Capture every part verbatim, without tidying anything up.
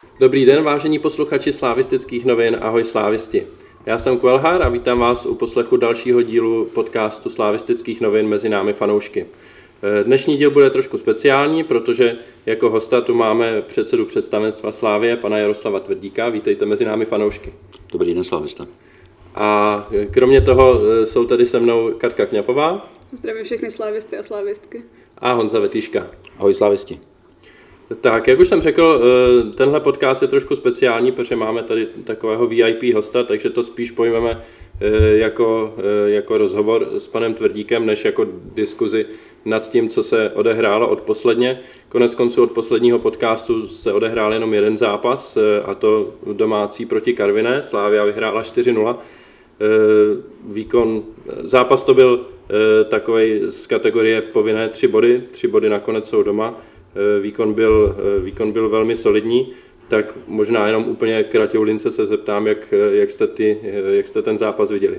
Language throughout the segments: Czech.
Dobrý den, vážení posluchači Slavistických novin, ahoj slávisti. Já jsem Kvelhár a vítám vás u poslechu dalšího dílu podcastu Slavistických novin mezi námi fanoušky. Dnešní díl bude trošku speciální, protože jako hosta tu máme předsedu představenstva Slavie, pana Jaroslava Tvrdíka. Vítejte mezi námi fanoušky. Dobrý den, slavista. A kromě toho jsou tady se mnou Katka Kňapová. Zdravím všechny slávisty a slávistky. A Honza Vetýška. Ahoj slávisti. Tak, jak už jsem řekl, tenhle podcast je trošku speciální, protože máme tady takového V I P hosta, takže to spíš pojmeme jako, jako rozhovor s panem Tvrdíkem, než jako diskuzi nad tím, co se odehrálo odposledně. Konec konců od posledního podcastu se odehrál jenom jeden zápas, a to domácí proti Karviné. Slavia vyhrála čtyři nula. Výkon, zápas to byl takovej z kategorie povinné tři body, tři body nakonec jsou doma. Výkon byl, výkon byl velmi solidní, tak možná jenom úplně kratoulince se zeptám, jak, jak, jste ty, jak jste ten zápas viděli.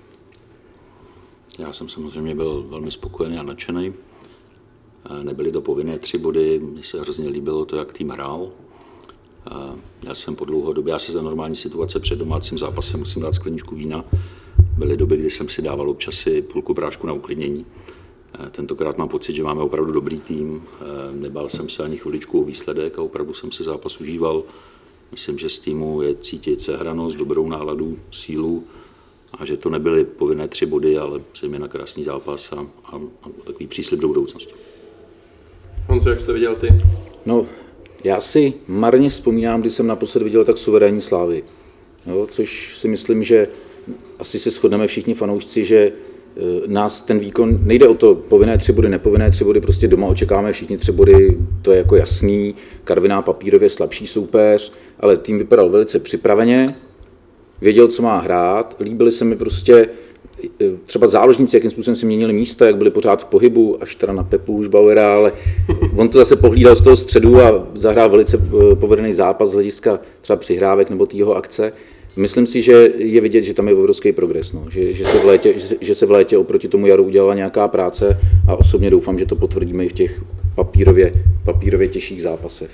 Já jsem samozřejmě byl velmi spokojený a nadšený. Nebyly to povinné tři body, mně se hrozně líbilo to, jak tým hrál. Já jsem po dlouhé době, já se za normální situace před domácím zápasem musím dát skleničku vína. Byly doby, kdy jsem si dával občas si půlku prášku na uklidnění. Tentokrát mám pocit, že máme opravdu dobrý tým. Nebál jsem se ani chviličku o výsledek a opravdu jsem si zápas užíval. Myslím, že z týmu je cítit sehranost, dobrou náladu, sílu a že to nebyly povinné tři body, ale zejména krásný zápas a, a, a takový příslib do budoucnosti. Honzo, jak jste viděl ty? No, já si marně vzpomínám, když jsem naposled viděl tak suverénní Slávy. Jo, což si myslím, že asi se shodneme všichni fanoušci, že nás ten výkon, nejde o to povinné tři body, nepovinné tři body, prostě doma očekáváme všichni tři body, to je jako jasný, Karviná papírově slabší soupeř, ale tým vypadal velice připraveně, věděl, co má hrát, líbily se mi prostě třeba záložníci, jakým způsobem si měnili místa, jak byli pořád v pohybu, až teda na Pepu Hušbauera, ale on to zase pohlídal z toho středu a zahrál velice povedený zápas z hlediska třeba přihrávek nebo týho akce. Myslím si, že je vidět, že tam je obrovský progres, no. že, že, se v létě, že, že se v létě oproti tomu jaru udělala nějaká práce a osobně doufám, že to potvrdíme i v těch papírově, papírově těžších zápasech.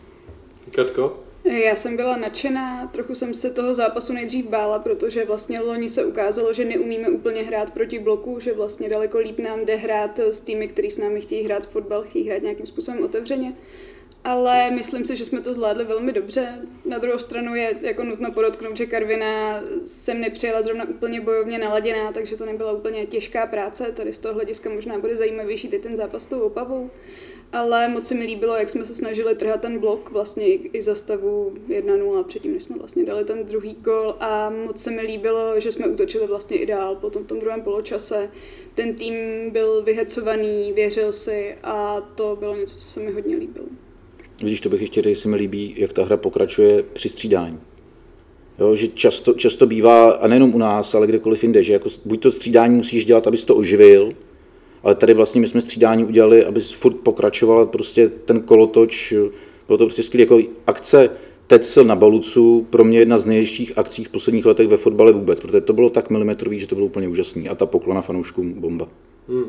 Katko? Já jsem byla nadšená, trochu jsem se toho zápasu nejdřív bála, protože vlastně loni se ukázalo, že neumíme úplně hrát proti bloku, že vlastně daleko líp nám jde hrát s týmy, který s námi chtějí hrát fotbal, chtějí hrát nějakým způsobem otevřeně. Ale myslím si, že jsme to zvládli velmi dobře. Na druhou stranu je jako nutno podotknout, že Karviná sem nepřijela zrovna úplně bojovně naladěná, takže to nebyla úplně těžká práce. Tady z toho hlediska možná bude zajímavější teď ten zápas s tou Opavou. Ale moc se mi líbilo, jak jsme se snažili trhat ten blok vlastně i za stavu jedna nula předtím, než jsme vlastně dali ten druhý gól. A moc se mi líbilo, že jsme útočili vlastně ideál po tom, tom druhém poločase. Ten tým byl vyhecovaný, věřil si a to bylo něco, co se mi hodně líbilo. Vidíš, to bych ještě řekl, že se mi líbí, jak ta hra pokračuje při střídání. Jo, že často, často bývá, a nejenom u nás, ale kdekoliv jinde, že jako buď to střídání musíš dělat, abys to oživil, ale tady vlastně my jsme střídání udělali, aby furt pokračoval prostě ten kolotoč, bylo to prostě skvělé, jako akce Tecl na Balucu, pro mě jedna z nejhezčích akcí v posledních letech ve fotbale vůbec, protože to bylo tak milimetrový, že to bylo úplně úžasný a ta poklona fanouškům bomba. Hmm.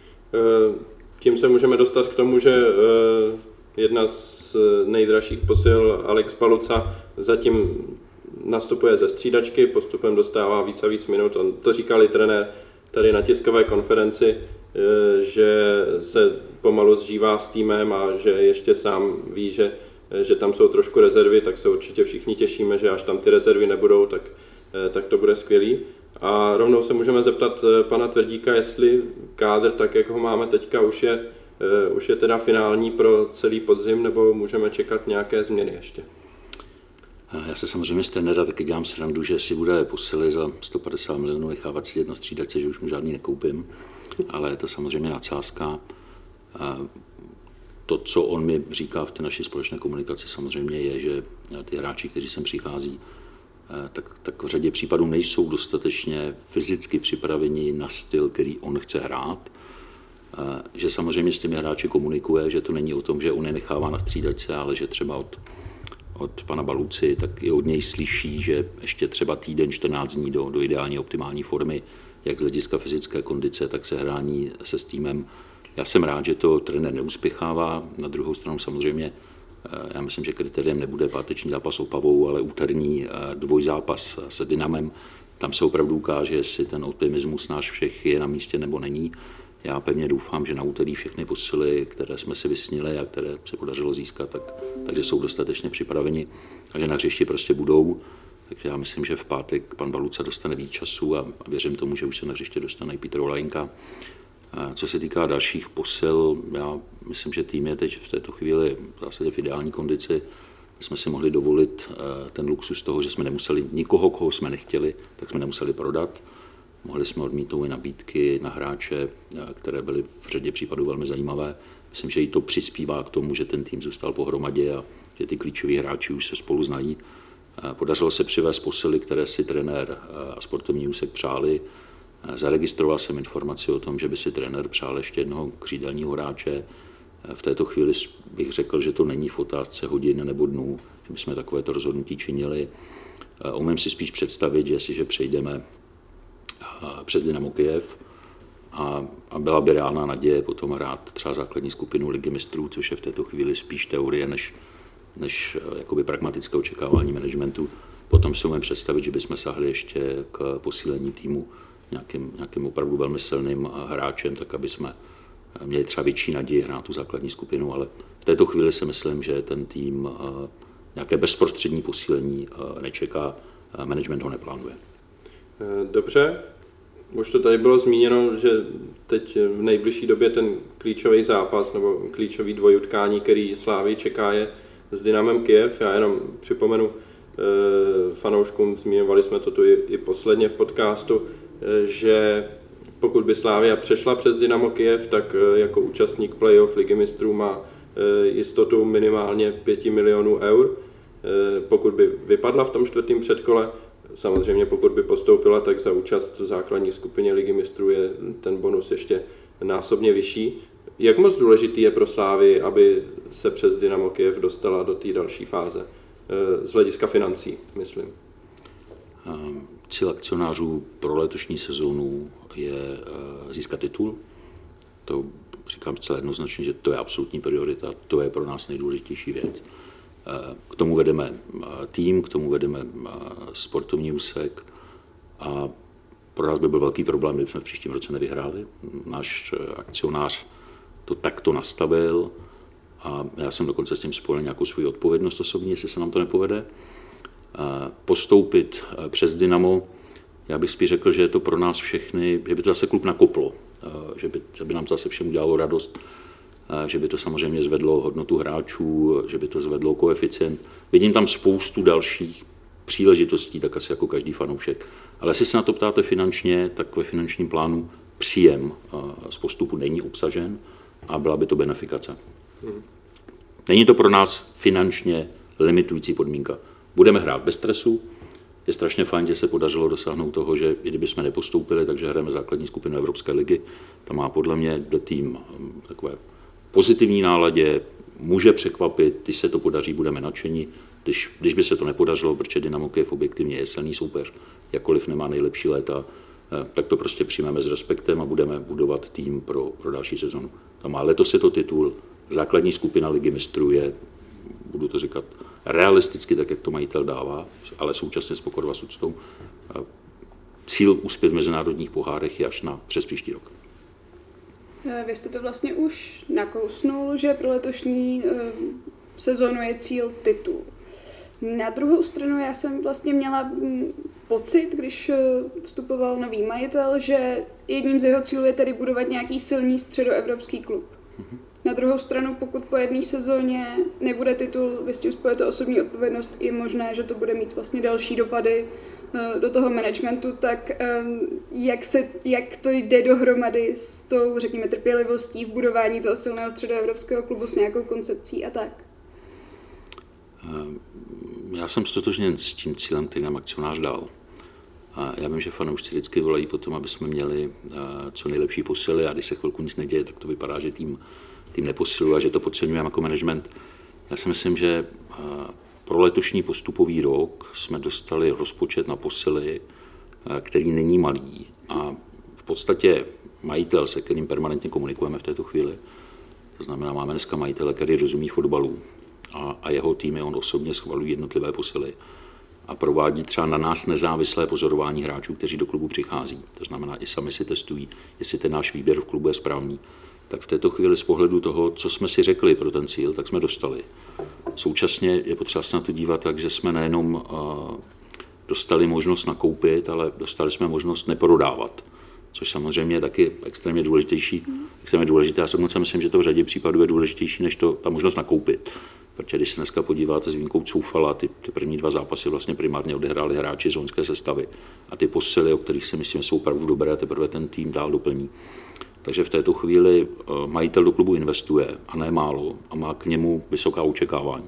Tím se můžeme dostat k tomu, že jedna z nejdražších posil Alex Baluca zatím nastupuje ze střídačky, postupem dostává víc a víc minut. On to říkal i trenér tady na tiskové konferenci, že se pomalu zžívá s týmem a že ještě sám ví, že, že tam jsou trošku rezervy, tak se určitě všichni těšíme, že až tam ty rezervy nebudou, tak, tak to bude skvělý. A rovnou se můžeme zeptat pana Tvrdíka, jestli kádr, tak jak ho máme teďka, už je Uh, už je teda finální pro celý podzim, nebo můžeme čekat nějaké změny ještě? Já se samozřejmě z trenéra taky dělám srandu, že si bude posily za sto padesát milionů nechávat si jedno střídačce, že už mu žádný nekoupím, ale je to samozřejmě nadsázka. To, co on mi říká v té naší společné komunikaci, samozřejmě je, že ty hráči, kteří sem přichází, tak, tak v řadě případů nejsou dostatečně fyzicky připraveni na styl, který on chce hrát. Že samozřejmě s těmi hráči komunikuje, že to není o tom, že on je nechává na střídačce, ale že třeba od, od pana Baluci, tak i od něj slyší, že ještě třeba týden, čtrnáct dní do, do ideální optimální formy, jak z hlediska fyzické kondice, tak se hrání se s týmem. Já jsem rád, že to trenér neuspěchává, na druhou stranu samozřejmě Já myslím, že kritériem nebude páteční zápas s Opavou, ale úterní dvojzápas s Dynamem. Tam se opravdu ukáže, jestli ten optimismus náš všech je na místě nebo není. Já pevně doufám, že na úterý všechny posily, které jsme si vysnili a které se podařilo získat, tak, takže jsou dostatečně připraveni a že na hřišti prostě budou. Takže já myslím, že v pátek pan Baluca dostane víc času a věřím tomu, že už se na hřiště dostane i Petr Olajnka. Co se týká dalších posil, já myslím, že tým je teď v této chvíli v zásadě v ideální kondici. Jsme si mohli dovolit ten luxus toho, že jsme nemuseli nikoho, koho jsme nechtěli, tak jsme nemuseli prodat. Mohli jsme odmítnout i nabídky na hráče, které byly v řadě případů velmi zajímavé. Myslím, že i to přispívá k tomu, že ten tým zůstal pohromadě a že ty klíčoví hráči už se spolu znají. Podařilo se přivést posily, které si trenér a sportovní úsek přáli. Zaregistroval jsem informaci o tom, že by si trenér přál ještě jednoho křídelního hráče. V této chvíli bych řekl, že to není v otázce hodin nebo dnů, že bychom takovéto rozhodnutí činili. Umím si spíš představit, že jestliže přejdeme přes Dynamo Kyjev a, a byla by reálná naděje potom hrát třeba základní skupinu Ligy mistrů, což je v této chvíli spíš teorie než, než jakoby pragmatické očekávání managementu. Potom si umím představit, že bychom sahli ještě k posílení týmu nějakým, nějakým opravdu velmi silným hráčem, tak aby jsme měli třeba větší naději hrát tu základní skupinu, ale v této chvíli si myslím, že ten tým nějaké bezprostřední posílení nečeká, management ho neplánuje. Dobře, už to tady bylo zmíněno, že teď v nejbližší době ten klíčový zápas nebo klíčový dvojutkání, který Slávii čeká, je s Dynamem Kyjev. Já jenom připomenu fanouškům, zmiňovali jsme to tu i, i posledně v podcastu, že pokud by Slavia přešla přes Dynamo Kyjev, tak jako účastník playoff Ligy mistrů má jistotu minimálně pěti milionů eur. Pokud by vypadla v tom čtvrtém předkole, samozřejmě pokud by postoupila, tak za účast v základní skupině Ligy mistrů je ten bonus ještě násobně vyšší. Jak moc důležitý je pro Slavii, aby se přes Dynamo Kyjev dostala do té další fáze? Z hlediska financí, myslím. Cíl akcionářů pro letošní sezónu je získat titul. To říkám zcela jednoznačně, že to je absolutní priorita, to je pro nás nejdůležitější věc. K tomu vedeme tým, k tomu vedeme sportovní úsek a pro nás by byl velký problém, kdybychom v příštím roce nevyhráli. Náš akcionář to takto nastavil a já jsem dokonce s tím spojil nějakou svou odpovědnost osobní, jestli se nám to nepovede. Postoupit přes Dynamo, já bych spíš řekl, že je to pro nás všechny, že by to zase klub nakoplo, že by, že by nám to zase všem udělalo radost, že by to samozřejmě zvedlo hodnotu hráčů, že by to zvedlo koeficient. Vidím tam spoustu dalších příležitostí, tak asi jako každý fanoušek. Ale jestli se na to ptáte finančně, tak ve finančním plánu příjem z postupu není obsažen a byla by to benefikace. Není to pro nás finančně limitující podmínka. Budeme hrát bez stresu. Je strašně fajn, že se podařilo dosáhnout toho, že i kdyby jsme nepostoupili, takže hrajeme základní skupinu Evropské ligy. To má podle mě do tým takové pozitivní náladě, může překvapit, když se to podaří, budeme nadšení. Když, když by se to nepodařilo, protože Dynamo Kyjev objektivně je silný soupeř, jakkoliv nemá nejlepší léta, tak to prostě přijmeme s respektem a budeme budovat tým pro, pro další sezonu. Tam má letos je to titul, základní skupina Ligy mistrů je, budu to říkat, realisticky, tak jak to majitel dává, ale současně s pokorou a s úctou. Cíl uspět v mezinárodních pohárech je až na přes příští rok. Vy jste to vlastně už nakousnul, že pro letošní sezónu je cíl titul. Na druhou stranu já jsem vlastně měla pocit, když vstupoval nový majitel, že jedním z jeho cílů je tedy budovat nějaký silný středoevropský klub. Mm-hmm. Na druhou stranu, pokud po jedné sezóně nebude titul, vy s tím spojete osobní odpovědnost, je možné, že to bude mít vlastně další dopady do toho managementu, tak jak, se, jak to jde dohromady s tou, řekněme, trpělivostí v budování toho silného středoevropského klubu s nějakou koncepcí a tak? Já jsem stotožněn s tím cílem, který nám akcionář dal. A já vím, že fanoušci vždycky volají po tom, aby jsme měli co nejlepší posily a když se chvilku nic neděje, tak to vypadá, že tým, tým neposiluje a že to podceňujeme jako management. Já si myslím, že pro letošní postupový rok jsme dostali rozpočet na posily, který není malý a v podstatě majitel, se kterým permanentně komunikujeme v této chvíli, to znamená, máme dneska majitele, který rozumí fotbalu a, a jeho týmy, on osobně schvaluje jednotlivé posily a provádí třeba na nás nezávislé pozorování hráčů, kteří do klubu přichází. To znamená, i sami si testují, jestli ten náš výběr v klubu je správný. Tak v této chvíli z pohledu toho, co jsme si řekli pro ten cíl, tak jsme dostali. Současně je potřeba se na to dívat tak, že jsme nejenom uh, dostali možnost nakoupit, ale dostali jsme možnost neprodávat, což samozřejmě je taky extrémně důležitější. Extrémně důležité. Já si dokonce myslím, že to v řadě případů je důležitější, než to, ta možnost nakoupit. Protože když se dneska podíváte s výjimkou Coufala, ty, ty první dva zápasy vlastně primárně odehráli hráči z loňské sestavy a ty posily, o kterých si myslím, jsou opravdu dobré, a teprve ten tým dál doplní. Takže v této chvíli majitel do klubu investuje, a ne málo, a má k němu vysoká očekávání.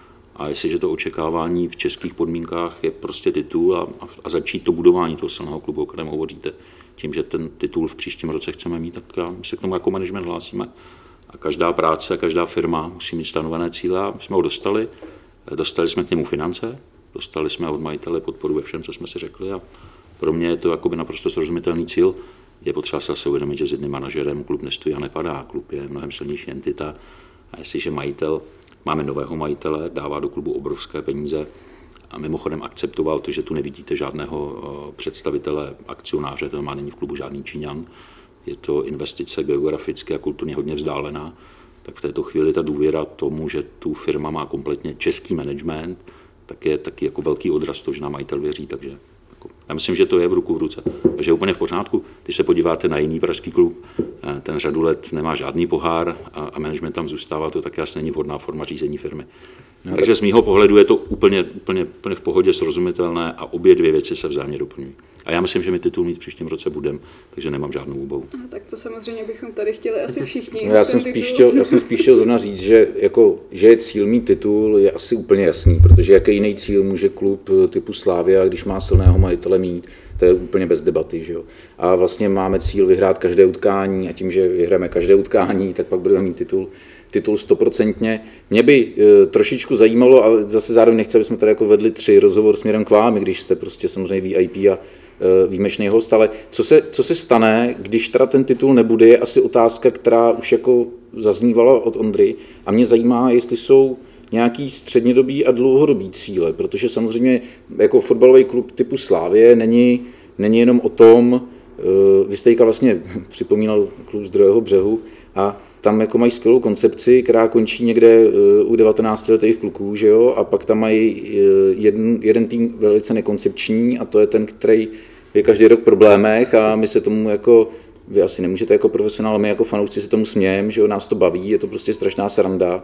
A jestliže to očekávání v českých podmínkách je prostě titul a, a začít to budování toho silného klubu, o kterém hovoříte, tím, že ten titul v příštím roce chceme mít, tak my se k tomu jako management hlásíme. A každá práce, každá firma musí mít stanovené cíle a my jsme ho dostali. Dostali jsme k němu finance, dostali jsme od majitele podporu ve všem, co jsme si řekli a pro mě je to jakoby naprosto srozumitelný cíl. Je potřeba se asi uvědomit, že s jedným manažerem klub nestojí a nepadá. Klub je mnohem silnější entita a jestliže majitel, máme nového majitele, dává do klubu obrovské peníze a mimochodem akceptoval to, že tu nevidíte žádného představitele akcionáře, to má není v klubu žádný Číňan, je to investice geograficky a kulturně hodně vzdálená, tak v této chvíli ta důvěra tomu, že tu firma má kompletně český management, tak je taky jako velký odraz to, že nám majitel věří, takže jako, já myslím, že to je v ruku v ruce, že je úplně v pořádku. Když se podíváte na jiný pražský klub, ten řadu let nemá žádný pohár a, a management tam zůstává, to taky asi není vhodná forma řízení firmy. No, takže tak... z mýho pohledu je to úplně, úplně, úplně v pohodě, srozumitelné a obě dvě věci se vzájemně doplňují. A já myslím, že my titul mít v příštím roce budeme, takže nemám žádnou obavu. No, tak to samozřejmě bychom tady chtěli asi všichni. No, já, jsem spíš chtěl, já jsem spíš chtěl zrovna říct, že, jako, že je cíl mít titul, je asi úplně jasný, protože jaký jiný cíl může klub typu Slavia, když má silného majitele mít, to je úplně bez debaty. Že jo? A vlastně máme cíl vyhrát každé utkání a tím, že vyhráme každé utkání, tak pak budeme mít titul. titul stoprocentně. Mě by e, trošičku zajímalo, ale zase zároveň nechci, aby jsme tady jako vedli tři rozhovor směrem k vám, když jste prostě samozřejmě V I P a e, výjimečný host, ale co se, co se stane, když teda ten titul nebude, je asi otázka, která už jako zaznívala od Ondry a mě zajímá, jestli jsou nějaký střednědobý a dlouhodobý cíle, protože samozřejmě jako fotbalový klub typu Slavie není, není jenom o tom, e, vy jste teďka vlastně připomínal klub z druhého břehu a tam jako mají skvělou koncepci, která končí někde u devatenáctiletých kluků, že jo? A pak tam mají jeden, jeden tým velice nekoncepční a to je ten, který je každý rok v problémech a my se tomu jako, vy asi nemůžete jako profesionál, my jako fanoušci se tomu smějeme, že jo? Nás to baví, je to prostě strašná sranda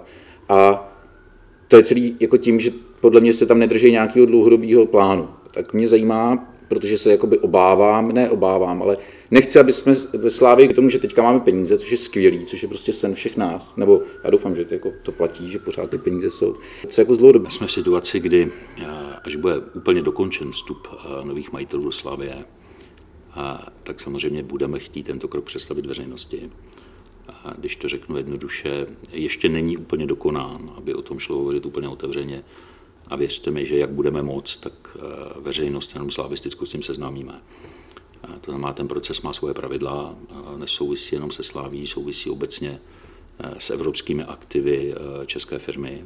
a to je celý jako tím, že podle mě se tam nedrží nějakého dlouhodobého plánu. Tak mě zajímá, protože se jakoby obávám, ne obávám, ale nechci, aby jsme ve Slávii k tomu, že teďka máme peníze, což je skvělý, což je prostě sen všech nás, nebo já doufám, že to, jako, to platí, že pořád ty peníze jsou. Co jako z dlouhodobě? Jsme v situaci, kdy až bude úplně dokončen vstup nových majitelů do Slavie, tak samozřejmě budeme chtít tento krok představit veřejnosti. A když to řeknu jednoduše, ještě není úplně dokonán, aby o tom šlo hovořit úplně otevřeně. A věřte mi, že jak budeme moct, tak veřejnost jenom slavistickou s tím seznámíme. To znamená, ten proces má svoje pravidla, nesouvisí jenom se Slaví, souvisí obecně s evropskými aktivy české firmy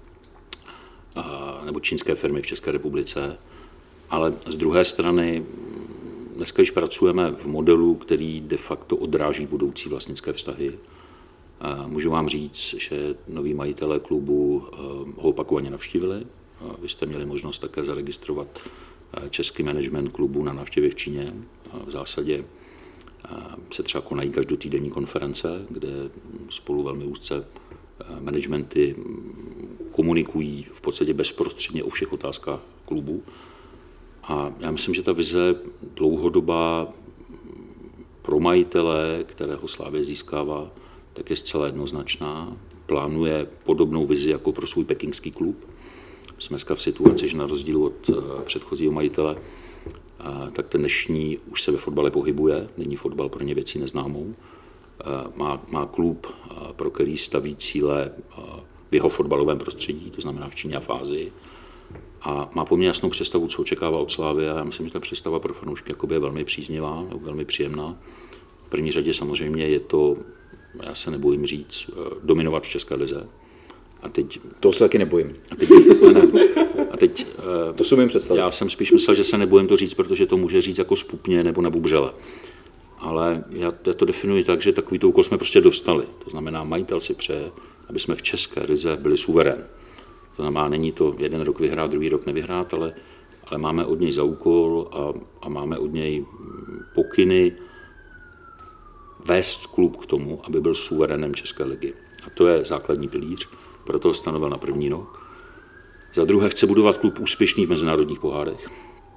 nebo čínské firmy v České republice. Ale z druhé strany, dneska již pracujeme v modelu, který de facto odráží budoucí vlastnické vztahy. Můžu vám říct, že noví majitelé klubu ho opakovaně navštívili. Vy jste měli možnost také zaregistrovat český management klubu na návštěvě v Číně. V zásadě se třeba konají každotýdenní konference, kde spolu velmi úzce managementy komunikují v podstatě bezprostředně o všech otázkách klubu. A já myslím, že ta vize dlouhodobá pro majitele, kterého Slavie získává, tak je zcela jednoznačná. Plánuje podobnou vizi jako pro svůj pekingský klub. Jsme dneska v situaci, že na rozdíl od předchozího majitele, tak ten dnešní už se ve fotbale pohybuje, není fotbal pro ně věcí neznámou. Má, má klub, pro který staví cíle v jeho fotbalovém prostředí, to znamená v Číně a v Ázii. A má poměrně jasnou představu, co očekává od Slavie a já myslím, že ta představa pro fanoušky je velmi příznivá, velmi příjemná. V první řadě samozřejmě je to, já se nebojím říct, dominovat v české lize. A teď, to se taky nebojím. A teď, ne, a teď to si umím představit. Já jsem spíš myslel, že se nebojím to říct, protože to může říct jako spupně nebo na bubřele. Ale já to definuji tak, že takový úkol jsme prostě dostali. To znamená, majitel si přeje, aby jsme v české lize byli suverén. To znamená, není to jeden rok vyhrát, druhý rok nevyhrát, ale, ale máme od něj za úkol a, a máme od něj pokyny vést klub k tomu, aby byl suverénem České ligy. A to je základní pilíř, proto ho stanovil na první rok. Za druhé chce budovat klub úspěšný v mezinárodních pohárech.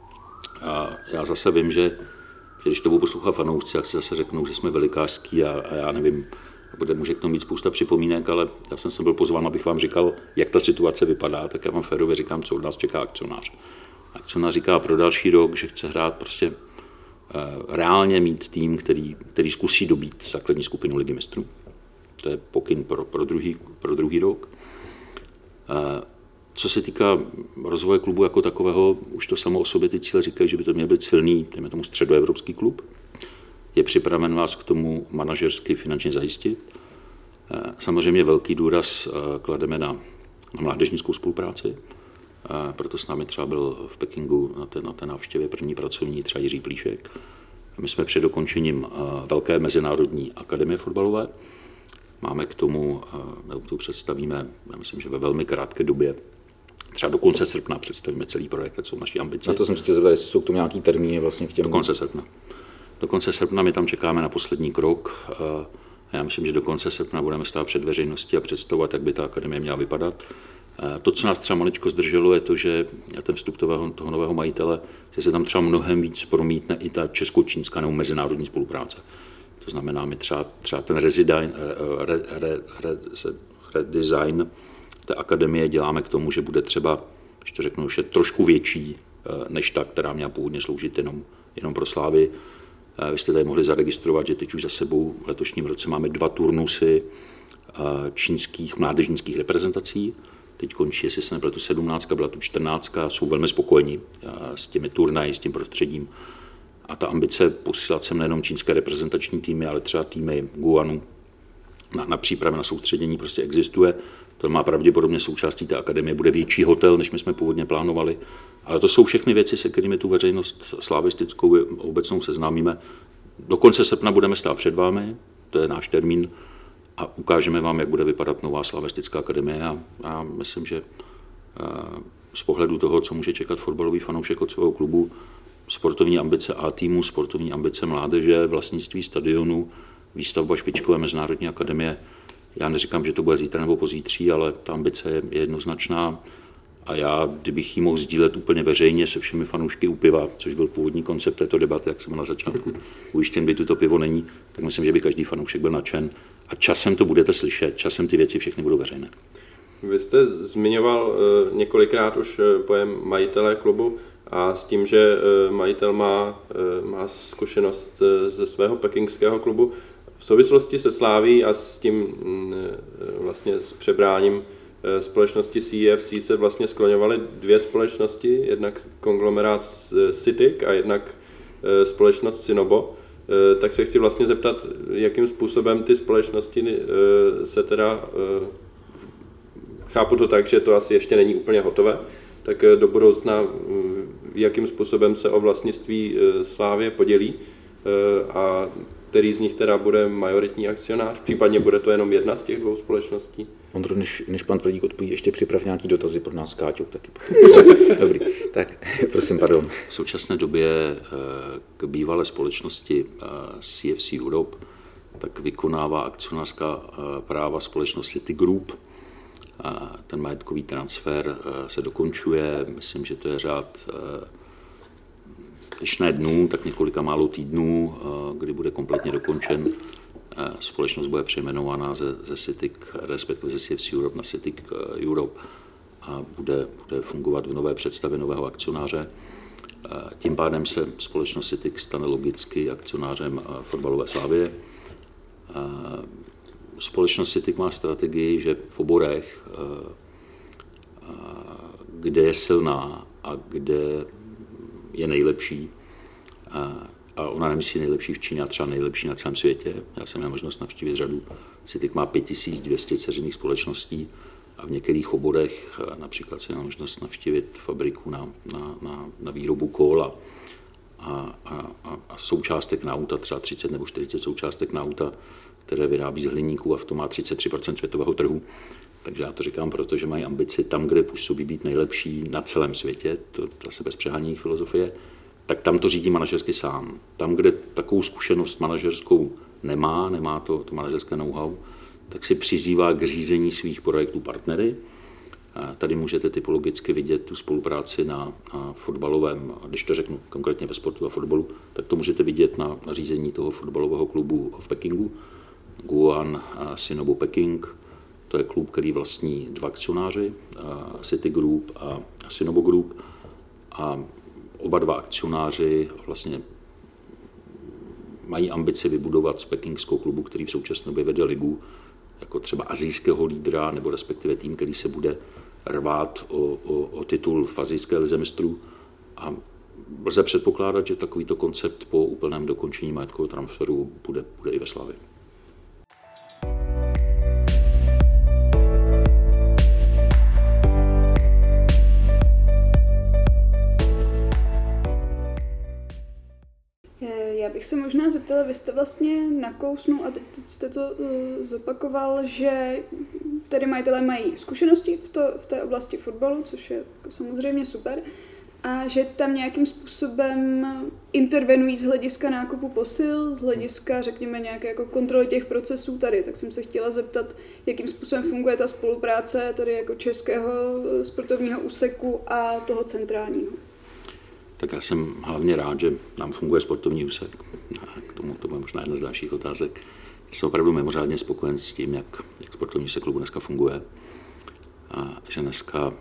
A já zase vím, že, že když to budou poslouchat fanoušci, jak si zase řeknou, že jsme velikářský a, a já nevím, bude může k tomu mít spousta připomínek, ale já jsem se byl pozván, abych vám říkal, jak ta situace vypadá, tak já vám férově říkám, co od nás čeká akcionář. Akcionář říká pro další rok, že chce hrát prostě uh, reálně mít tým, který, který zkusí dobít základní skupinu Ligy mistrů. To je pokyn pro, pro, druhý, pro druhý rok. Uh, co se týká rozvoje klubu jako takového, už to samo o sobě ty cíle říkají, že by to měl být silný, dejme tomu středoevropský klub. Je připraven vás k tomu manažersky finančně zajistit. Samozřejmě velký důraz klademe na, na mládežnickou spolupráci, proto s námi třeba byl v Pekingu na té, na té návštěvě první pracovní třeba Jiří Plíšek. My jsme před dokončením velké mezinárodní akademie fotbalové. Máme k tomu, my to představíme, já myslím, že ve velmi krátké době, třeba do konce srpna představíme celý projekt, to jsou naší ambice. Na to jsem chtěl zeptat, jestli jsou k tomu nějaký termíny vlastně k těm... Do konce srpna. Do konce srpna my tam čekáme na poslední krok. Já myslím, že do konce srpna budeme stát před veřejností a představovat, jak by ta akademie měla vypadat. To, co nás třeba maličko zdrželo, je to, že ten vstup toho, toho nového majitele, že se tam třeba mnohem víc promítne i ta česko-čínská nebo mezinárodní spolupráce. To znamená, my třeba, třeba ten redesign, re, re, re, redesign té akademie děláme k tomu, že bude třeba, když to řeknu, že trošku větší než ta, která měla původně sloužit jenom, jenom pro Slávy. Vy jste tady mohli zaregistrovat, že teď už za sebou v letošním roce máme dva turnusy čínských mládežnických reprezentací. Teď končí, jestli se nepletu, sedmnáctka, byla tu čtrnáctka, jsou velmi spokojení s těmi turnaji, s tím prostředím. A ta ambice posílat sem nejenom čínské reprezentační týmy, ale třeba týmy Guanu na, na přípravě, na soustředění prostě existuje. To má pravděpodobně součástí té akademie, bude větší hotel, než my jsme původně plánovali. Ale to jsou všechny věci, se kterými tu veřejnost slavistickou obecnou seznámíme. Do konce srpna budeme stát před vámi, to je náš termín, a ukážeme vám, jak bude vypadat nová slavistická akademie. A já myslím, že z pohledu toho, co může čekat fotbalový fanoušek od svého klubu, sportovní ambice A týmu, sportovní ambice mládeže, vlastnictví stadionu, výstavba špičkové mezinárodní akademie. Já neříkám, že to bude zítra nebo pozítří, ale ta ambice je jednoznačná. A já, kdybych ji mohl sdílet úplně veřejně se všemi fanoušky u piva, což byl původní koncept této debaty, jak jsem na začátku ujištěn, by to pivo není, tak myslím, že by každý fanoušek byl nadšen. A časem to budete slyšet, časem ty věci všechny budou veřejné. Vy jste zmiňoval několikrát už pojem majitele klubu a s tím, že majitel má, má zkušenost ze svého pekingského klubu. V souvislosti se Sláví a s tím vlastně s přebráním společnosti C F C se vlastně skloňovaly dvě společnosti, jednak konglomerát Citic a jednak společnost Sinobo. Tak se chci vlastně zeptat, jakým způsobem ty společnosti se teda, chápu to tak, že to asi ještě není úplně hotové, tak do budoucna jakým způsobem se o vlastnictví Slávie podělí a který z nich teda bude majoritní akcionář, případně bude to jenom jedna z těch dvou společností. Ondro, než, než pan Tvrdík odpoví, ještě připrav nějaký dotazy pro nás, Káťou, taky. Dobrý, tak prosím, pardon. V současné době k bývalé společnosti C F C Europe tak vykonává akcionářská práva společnost City Group. Ten majetkový transfer se dokončuje, myslím, že to je řád když ne dnů, tak několika málo týdnů, kdy bude kompletně dokončen. Společnost bude přejmenována ze, ze Citic, respektive ze C F C Europe na Citic Europe a bude, bude fungovat v nové představě nového akcionáře. Tím pádem se společnost Citic stane logicky akcionářem fotbalové Slavie. Společnost Citic má strategii, že v oborech, kde je silná a kde je nejlepší, a ona nemyslí nejlepší v Číně a třeba nejlepší na celém světě. Já jsem měl možnost navštívit řadu. Citic má pět tisíc dvě stě dceřiných společností A v některých oborech, například si mám možnost navštívit fabriku na, na, na, na výrobu kóla a, a, a součástek na auta, třeba třicet nebo čtyřicet součástek na auta, které vyrábí z hliníků a v tom má třicet tři procent světového trhu. Takže já to říkám, protože mají ambici tam, kde působí být nejlepší na celém světě, to zase bez přehání filozofie, tak tam to řídí manažersky sám. Tam, kde takovou zkušenost manažerskou nemá, nemá to, to manažerské know-how, tak si přizývá k řízení svých projektů partnery. A tady můžete typologicky vidět tu spolupráci na, na fotbalovém, když to řeknu konkrétně ve sportu a fotbalu, tak to můžete vidět na, na řízení toho fotbalového klubu v Pekingu, Guoan Sinobu Peking. To je klub, který vlastní dva akcionáři, City Group a Sinobu Group. A oba dva akcionáři vlastně mají ambici vybudovat z pekingského klubu, který v současné době vede ligu, jako třeba asijského lídra, nebo respektive tým, který se bude rvát o, o, o titul v asijské lize mistrů. A lze předpokládat, že takovýto koncept po úplném dokončení majetkového transferu bude, bude i ve Slavii. Já bych se možná zeptala, vy jste vlastně nakousnul a teď jste to uh, zopakoval, že tedy majitelé mají zkušenosti v, to, v té oblasti fotbalu, což je samozřejmě super, a že tam nějakým způsobem intervenují z hlediska nákupu posil, z hlediska, řekněme, nějaké jako kontroly těch procesů tady. Tak jsem se chtěla zeptat, jakým způsobem funguje ta spolupráce tady jako českého sportovního úseku a toho centrálního. Tak já jsem hlavně rád, že nám funguje sportovní úsek. A k tomu to bude možná jedna z dalších otázek. Jsem opravdu mimořádně spokojen s tím, jak, jak sportovní úsek klubu dneska funguje. A že dneska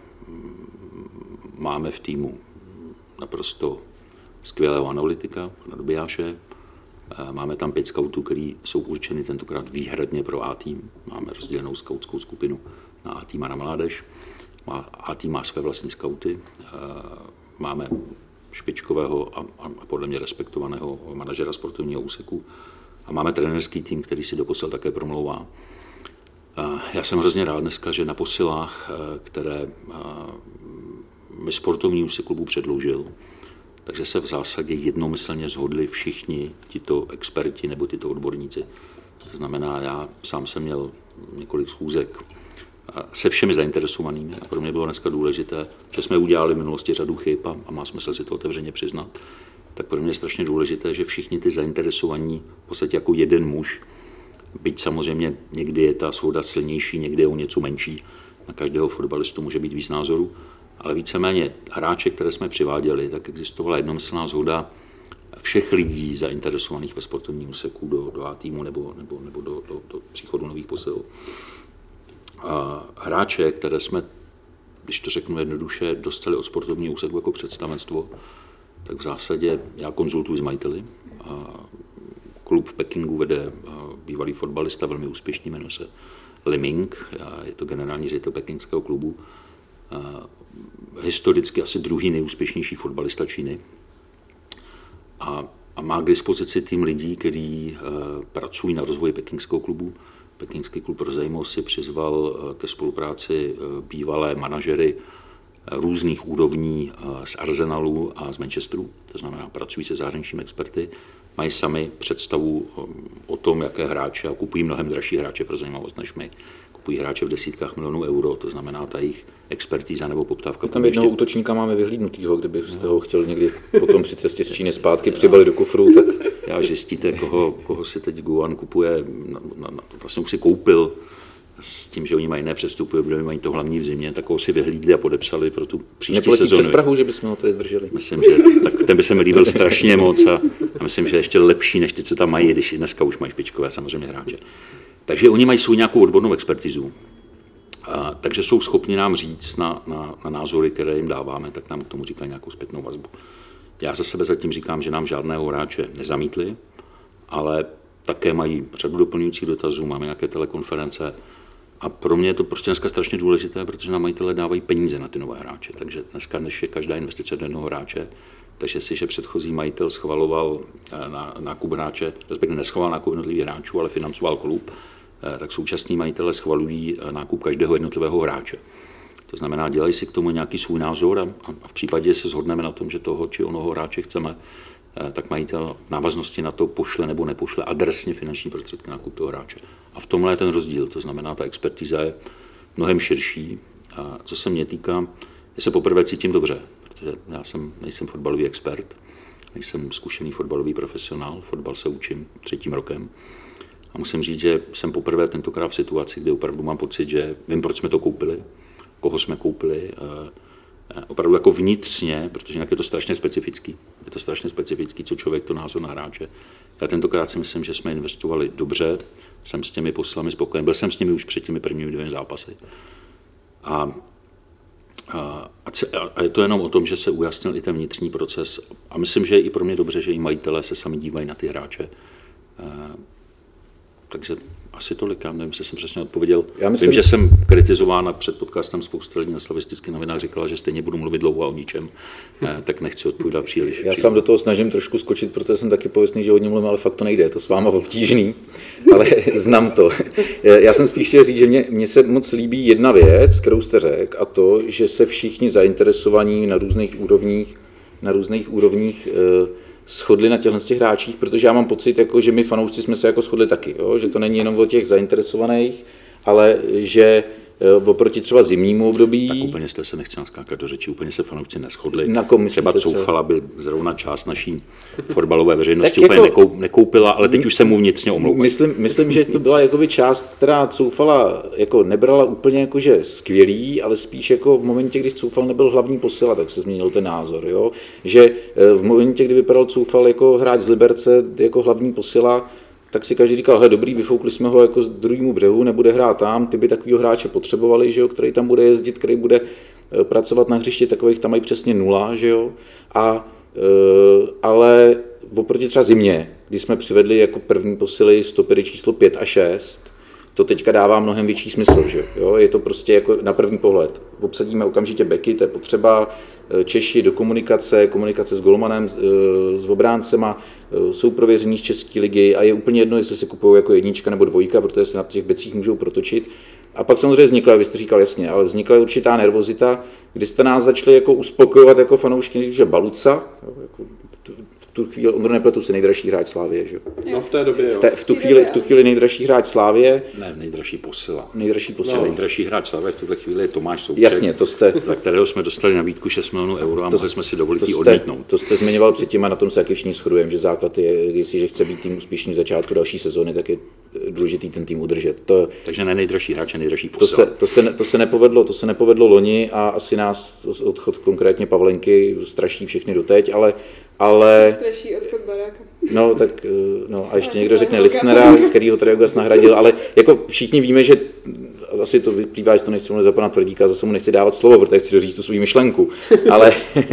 máme v týmu naprosto skvělého analytika, Dobijáše. Máme tam pět skautů, kteří jsou určeny tentokrát výhradně pro A-tým. Máme rozdělenou skautskou skupinu na A-tým a na mládež. A-tým má své vlastní skauty. Máme špičkového a, a podle mě respektovaného manažera sportovního úseku. A máme trenérský tým, který si doposel také promlouvá. Já jsem hrozně rád dneska, že na posilách, které mi sportovní úsek klubu předložil, takže se v zásadě jednomyslně shodli všichni tito experti nebo tyto odborníci. To znamená, já sám jsem měl několik schůzek se všemi zainteresovanými. A pro mě bylo dneska důležité, že jsme udělali v minulosti řadu chyb a, a má smysl si to otevřeně přiznat. Tak pro mě je strašně důležité, že všichni ty zainteresovaní v podstatě jako jeden muž, byť samozřejmě někdy je ta shoda silnější, někdy je o něco menší, na každého fotbalistu může být víc názorů, ale víceméně hráče, které jsme přiváděli, tak existovala jednomyslná shoda všech lidí zainteresovaných ve sportovním úseku do, do A-týmu nebo, nebo, nebo do, do, do příchodu nových posil. A hráče, které jsme, když to řeknu jednoduše, dostali od sportovního úseku jako představenstvo, tak v zásadě já konzultuji s majiteli. A klub v Pekingu vede bývalý fotbalista, velmi úspěšný, jmenuje se Li Ming, je to generální ředitel pekingského klubu. Historicky asi druhý nejúspěšnější fotbalista Číny. A, a má k dispozici tým lidí, kteří pracují na rozvoji pekingského klubu. Pekingský klub pro zajímavost si přizval ke spolupráci bývalé manažery různých úrovní z Arsenalu a z Manchesteru, to znamená, pracují se zahraničními experty, mají sami představu o tom, jaké hráče, a kupují mnohem dražší hráče pro zajímavost než my. Kupují hráče v desítkách milionů euro, to znamená, ta jejich expertíza nebo poptávka. Tam jednoho ještě... útočníka máme vyhlídnutýho, kdybyste ho chtěl někdy potom při cestě z Číny zpátky přibali do kufru. Tak... Já zjistíte, koho, koho si teď Guoan kupuje, na, na, na, vlastně už si koupil s tím, že oni mají jiné přestupy, kdo mají to hlavní v zimě, tak ho si vyhlídli a podepsali pro tu příští Nepoletí sezonu. Přes Prahu, že bychom ho tady zdrželi. Myslím, že tak ten by se mi líbil strašně moc a, a myslím, že ještě lepší, než ty, co tam mají, když dneska už mají špičkové samozřejmě hráče. Takže oni mají svou nějakou odbornou expertizu. A, takže jsou schopni nám říct na, na, na názory, které jim dáváme, tak nám k tomu říkají nějakou zpětnou vazbu. Já za sebe zatím říkám, že nám žádného hráče nezamítli, ale také mají řadu doplňujících dotazů, máme nějaké telekonference. A pro mě je to prostě dneska strašně důležité, protože nám majitelé dávají peníze na ty nové hráče. Takže dneska než je každá investice do jednoho hráče, takže si, že předchozí majitel schvaloval nákup hráče, respektive neschvaloval nákup jednotlivých hráčů, ale financoval klub, tak současní majitele schvalují nákup každého jednotlivého hráče. To znamená, dělají si k tomu nějaký svůj názor a, a v případě, že se shodneme na tom, že toho či onoho hráče chceme, tak majitel v návaznosti na to pošle nebo nepošle adresně finanční prostředky na nákup toho hráče. A v tomhle je ten rozdíl, to znamená, ta expertíza je mnohem širší. A co se mě týká, já se poprvé cítím dobře, protože já jsem, nejsem fotbalový expert, nejsem zkušený fotbalový profesionál, fotbal se učím třetím rokem. A musím říct, že jsem poprvé tentokrát v situaci, kdy opravdu mám pocit, že vím, proč jsme to koupili, koho jsme koupili, opravdu jako vnitřně, protože jinak je to strašně specifický. Je to strašně specifický, co člověk to názor na hráče. Já tentokrát si myslím, že jsme investovali dobře, jsem s těmi poslami spokojen, byl jsem s nimi už před těmi prvními dvěmi zápasy. A, a, a je to jenom o tom, že se ujasnil i ten vnitřní proces. A myslím, že je i pro mě dobře, že i majitelé se sami dívají na ty hráče. Takže asi tolik, já nevím, jestli jsem přesně odpověděl. Já myslím, Vím, že jsem kritizován a před podcastem spousta lidí na slavistický novinách říkala, že stejně budu mluvit dlouho o ničem, tak nechci odpovídat příliš. Já sám do toho snažím trošku skočit, protože jsem taky pověstný, že hodně mluvím, ale fakt to nejde, je to s váma obtížný, ale znám to. Já jsem spíš chtěl říct, že mě, mě se moc líbí jedna věc, kterou jste řekl, a to, že se všichni zainteresovaní na různých úrovních, na různých úrovních shodli na těchto těch hráčích, protože já mám pocit, jako, že my fanoušci jsme se jako shodli taky, jo? Že to není jenom o těch zainteresovaných, ale že oproti třeba zimnímu období... Tak úplně jste se nechtěl skákat do řeči, úplně se fanoušci neshodli. Na kom třeba Coufala by zrovna část naší fotbalové veřejnosti úplně jako, nekoupila, ale teď už se mu vnitřně omlouvá. Myslím, myslím, že to byla jakoby část, která Coufala jako nebrala úplně jakože skvělý, ale spíš jako v momentě, kdy Coufal nebyl hlavní posila, tak se změnil ten názor. Jo? Že v momentě, kdy vypadal Coufal jako hráč z Liberce, jako hlavní posila, tak si každý říkal, hele, dobrý, vyfoukli jsme ho jako z druhému břehu, nebude hrát tam, ty by takovýho hráče potřebovali, že jo, který tam bude jezdit, který bude pracovat na hřišti, takových tam mají přesně nula, že jo, a, e, ale oproti třeba zimě, kdy jsme přivedli jako první posily stopery číslo pět a šest, to teďka dává mnohem větší smysl, že jo, je to prostě jako na první pohled. Obsadíme okamžitě beky, to je potřeba, Češi do komunikace, komunikace s golmanem, s obráncema, jsou prověření z České ligy a je úplně jedno, jestli se kupují jako jednička nebo dvojka, protože se na těch becích můžou protočit. A pak samozřejmě vznikla, vy jste říkal jasně, ale vznikla určitá nervozita, kdy jste nás začali jako uspokojovat jako fanoušky, že Baluca, jako v tu chvíli, Ondro nepletu si nejdražší hráč Slávie, že? No v té době, jo. V, te, v, tu chvíli, v tu chvíli nejdražší hráč Slávie. Ne, nejdražší posila. Nejdražší posila. No. Nejdražší hráč Slávie v tuhle chvíli je Tomáš Souček. Jasně, to jste... Za kterého jsme dostali nabídku šest milionů euro a to, mohli jsme si dovolit ji jste, odmítnout. To jste zmiňoval předtím a na tom se taky všichni shodujeme, že základ je, jestliže chce být tým úspěšný v začátku další sezóny, tak je důležitý ten tým udržet. To, Takže ne nejdražší hráč, a nejdražší posila. To se, to, se, to, se nepovedlo, to se nepovedlo loni a asi nás odchod konkrétně Pavlenky straší všechny doteď, ale ale... Straší odchod Baráka. No, tak, no a ještě někdo řekne Lichtnera, který ho Trajogas nahradil, ale jako všichni víme, že asi to vyplývá, že to nechci mluvit za pana Tvrdíka, zase mu nechci dávat slovo, protože chci doříct tu svou myšlenku, ale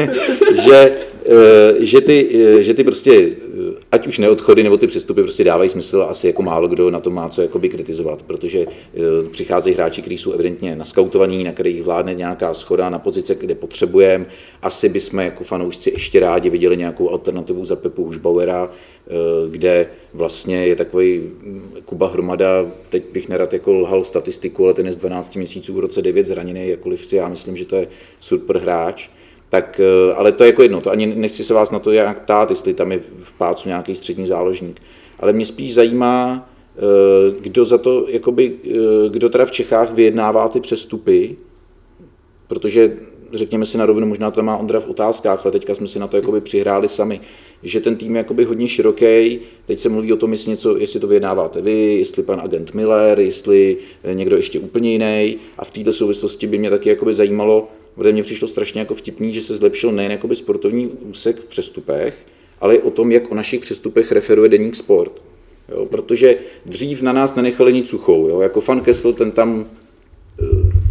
že, že, ty, že ty prostě, ať už neodchody nebo ty přestupy prostě dávají smysl a asi jako málo kdo na to má co jakoby kritizovat, protože přicházejí hráči, kteří jsou evidentně naskautovaní, na kterých vládne nějaká schoda na pozice, kde potřebujeme. Asi bychom jako fanoušci ještě rádi viděli nějakou alternativu za Pepu Hušbauera, kde vlastně je takový Kuba Hromada, teď bych nerad jako lhal statistiku, ale ten je z dvanácti měsíců v roce devět zraněný, jakkoliv si já myslím, že to je super hráč. Tak, ale to je jako jedno, to ani nechci se vás na to jak ptát, jestli tam je v pácu nějaký střední záložník. Ale mě spíš zajímá, kdo za to, jakoby, kdo teda v Čechách vyjednává ty přestupy, protože řekněme si na rovinu, možná to má Ondra v otázkách, ale teďka jsme si na to jakoby přihráli sami, že ten tým je jakoby hodně široký, teď se mluví o tom, jestli, něco, jestli to vyjednáváte vy, jestli pan agent Miller, jestli někdo ještě úplně jiný, a v této souvislosti by mě taky jakoby zajímalo, protože mně přišlo strašně jako vtipný, že se zlepšil nejen jakoby sportovní úsek v přestupech, ale i o tom, jak o našich přestupech referuje deník Sport. Jo, protože dřív na nás nenechali nic suchou, jo, jako Fan Kessel, ten tam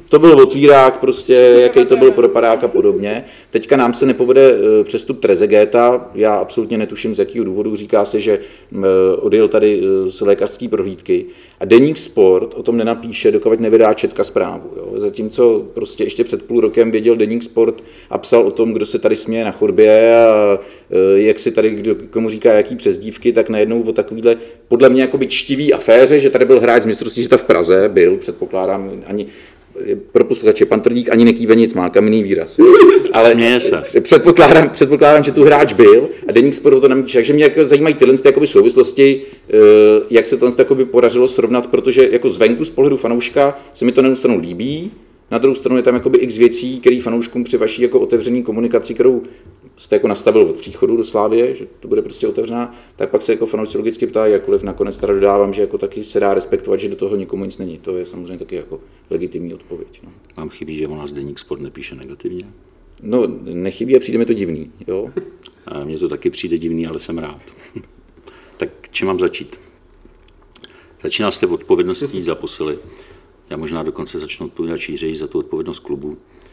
to byl otvírák, prostě, jaký to byl propadák a podobně. Teďka nám se nepovede přestup Trezegueta, já absolutně netuším z jakého důvodu, říká se, že odjel tady z lékařské prohlídky a Deník Sport o tom nenapíše, dokud nevydá Četka zprávu. Jo. Zatímco prostě ještě před půl rokem věděl Deník Sport a psal o tom, kdo se tady směje na chodbě a jak si tady kdo, komu říká jaký přezdívky, tak najednou o takovýhle podle mě jakoby čtivý aféře, že tady byl hráč z mistrovství světa v Praze, byl, předpokládám, ani pro posluchače, pan Tvrdík ani nekýve nic, má kamenný výraz. Ale směje se. Předpokládám, předpokládám, že tu hráč byl a Deník Sport to napíše. Takže mě jako zajímají tyhle jakoby souvislosti, jak se to jakoby podařilo srovnat, protože jako zvenku z pohledu fanouška se mi to na jednu stranu líbí, na druhou stranu je tam jakoby x věcí, které fanouškům při vaší jako otevřený komunikaci, kterou jste jako nastavil od příchodu do Slávie, že to bude prostě otevřená, tak pak se jako fanoušci logicky ptají, jakkoliv nakonec teda dodávám, že jako taky se dá respektovat, že do toho nikomu nic není. To je samozřejmě taky jako legitimní odpověď. No. Vám chybí, že o nás Deník Sport nepíše negativně? No, nechybí a přijde mi to divný, jo. A mně to taky přijde divný, ale jsem rád. Tak čím mám začít? Začíná jste odpovědností za posily. Já možná dokonce začnu odpovídat šířeji za tu odpovědnost klubu.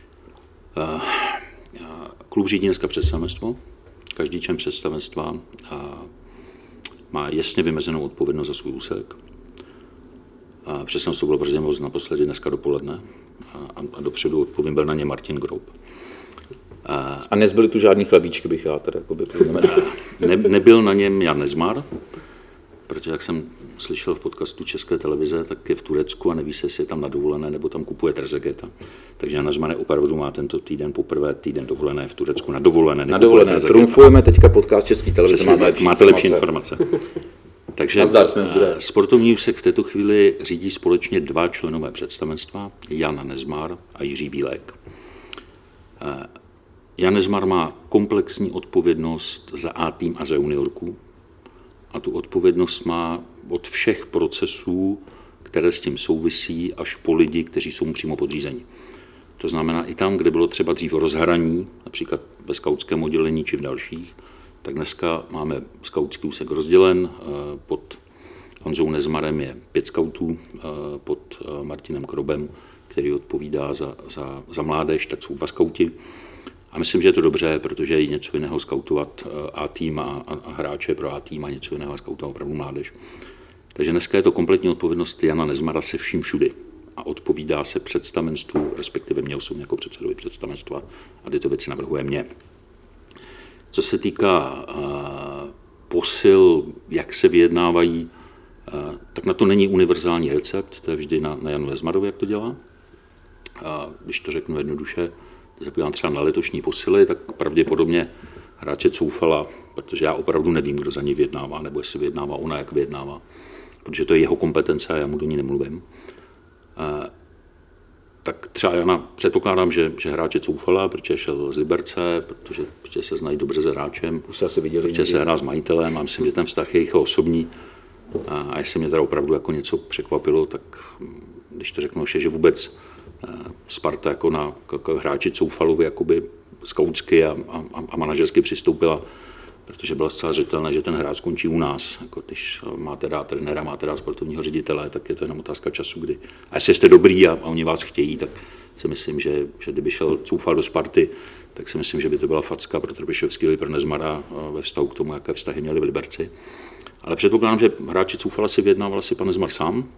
Klub řídí dneska představenstvo. Každý člen představenstva má jasně vymezenou odpovědnost za svůj úsek. Představenstvo bylo brzy moc naposledy dneska dopoledne a dopředu odpovím byl na ně Martin Grob. A nezbyly tu žádný chlebíčky, bych já teda jakoby ne, Nebyl na něm Jan Nezmar, protože jak jsem slyšel v podcastu České televize, tak je v Turecku a neví se, jestli je tam na dovolené, nebo tam kupuje Trezegueta. Takže Jan Nezmar opravdu má tento týden poprvé týden dovolené v Turecku na dovolené. Na dovolené. Trumfujeme teďka podcast České televize. Přesně, máte lepší máte lepší informace. Takže jsme sportovní úsek v této chvíli řídí společně dva členové představenstva, Jan Nezmar a Jiří Bílek. Jan Nezmar má komplexní odpovědnost za A-tým a za juniorku a tu odpovědnost má od všech procesů, které s tím souvisí, až po lidi, kteří jsou mu přímo podřízeni. To znamená i tam, kde bylo třeba dřív rozhraní, například ve skautském oddělení či v dalších, tak dneska máme skautský úsek rozdělen, pod Honzou Nezmarem je pět skautů, pod Martinem Krobem, který odpovídá za, za, za mládež, tak jsou dva skauti. A myslím, že je to dobře, protože je něco jiného skautovat A-tým a, a, a hráče pro A-tým a něco jiného skautovat opravdu mládež. Takže dneska je to kompletní odpovědnost Jana Nezmara se vším všudy a odpovídá se představenstvu, respektive mě osobně jako předsedovi představenstva a tyto věci navrhuje mě. Co se týká uh, posil, jak se vyjednávají, uh, tak na to není univerzální recept, to je vždy na, na Janu Nezmarovi, jak to dělá. Uh, když to řeknu jednoduše, zapívám třeba na letošní posily, tak pravděpodobně hráče Coufala, protože já opravdu nevím, kdo za ní vyjednává, nebo jestli vyjednává ona, jak vyjednává, protože to je jeho kompetence a já mu do ní nemluvím. Uh, tak třeba Jana předpokládám, že, že hráče Coufala, protože šel z Liberce, protože, protože se znají dobře s hráčem, se viděli protože se hrá s majitelem a myslím, že ten vztah je jejich osobní. A, a jestli mě teda opravdu jako něco překvapilo, tak když to řeknu ještě, že vůbec Sparta jako na k, k hráči Coufalovi jakoby skautsky a, a, a manažersky přistoupila, protože bylo zcela zřetelné, že ten hráč skončí u nás. Jako když máte dát trenéra, máte dát sportovního ředitele, tak je to jenom otázka času, kdy. A jestli jste dobrý a, a oni vás chtějí, tak si myslím, že, že kdyby šel Coufal do Sparty, tak si myslím, že by to byla facka pro Trpišovského i pro Nezmara ve vztahu k tomu, jaké vztahy měli v Liberci. Ale předpokládám, že hráči Coufala si vyjednával si pan Nezmar sám.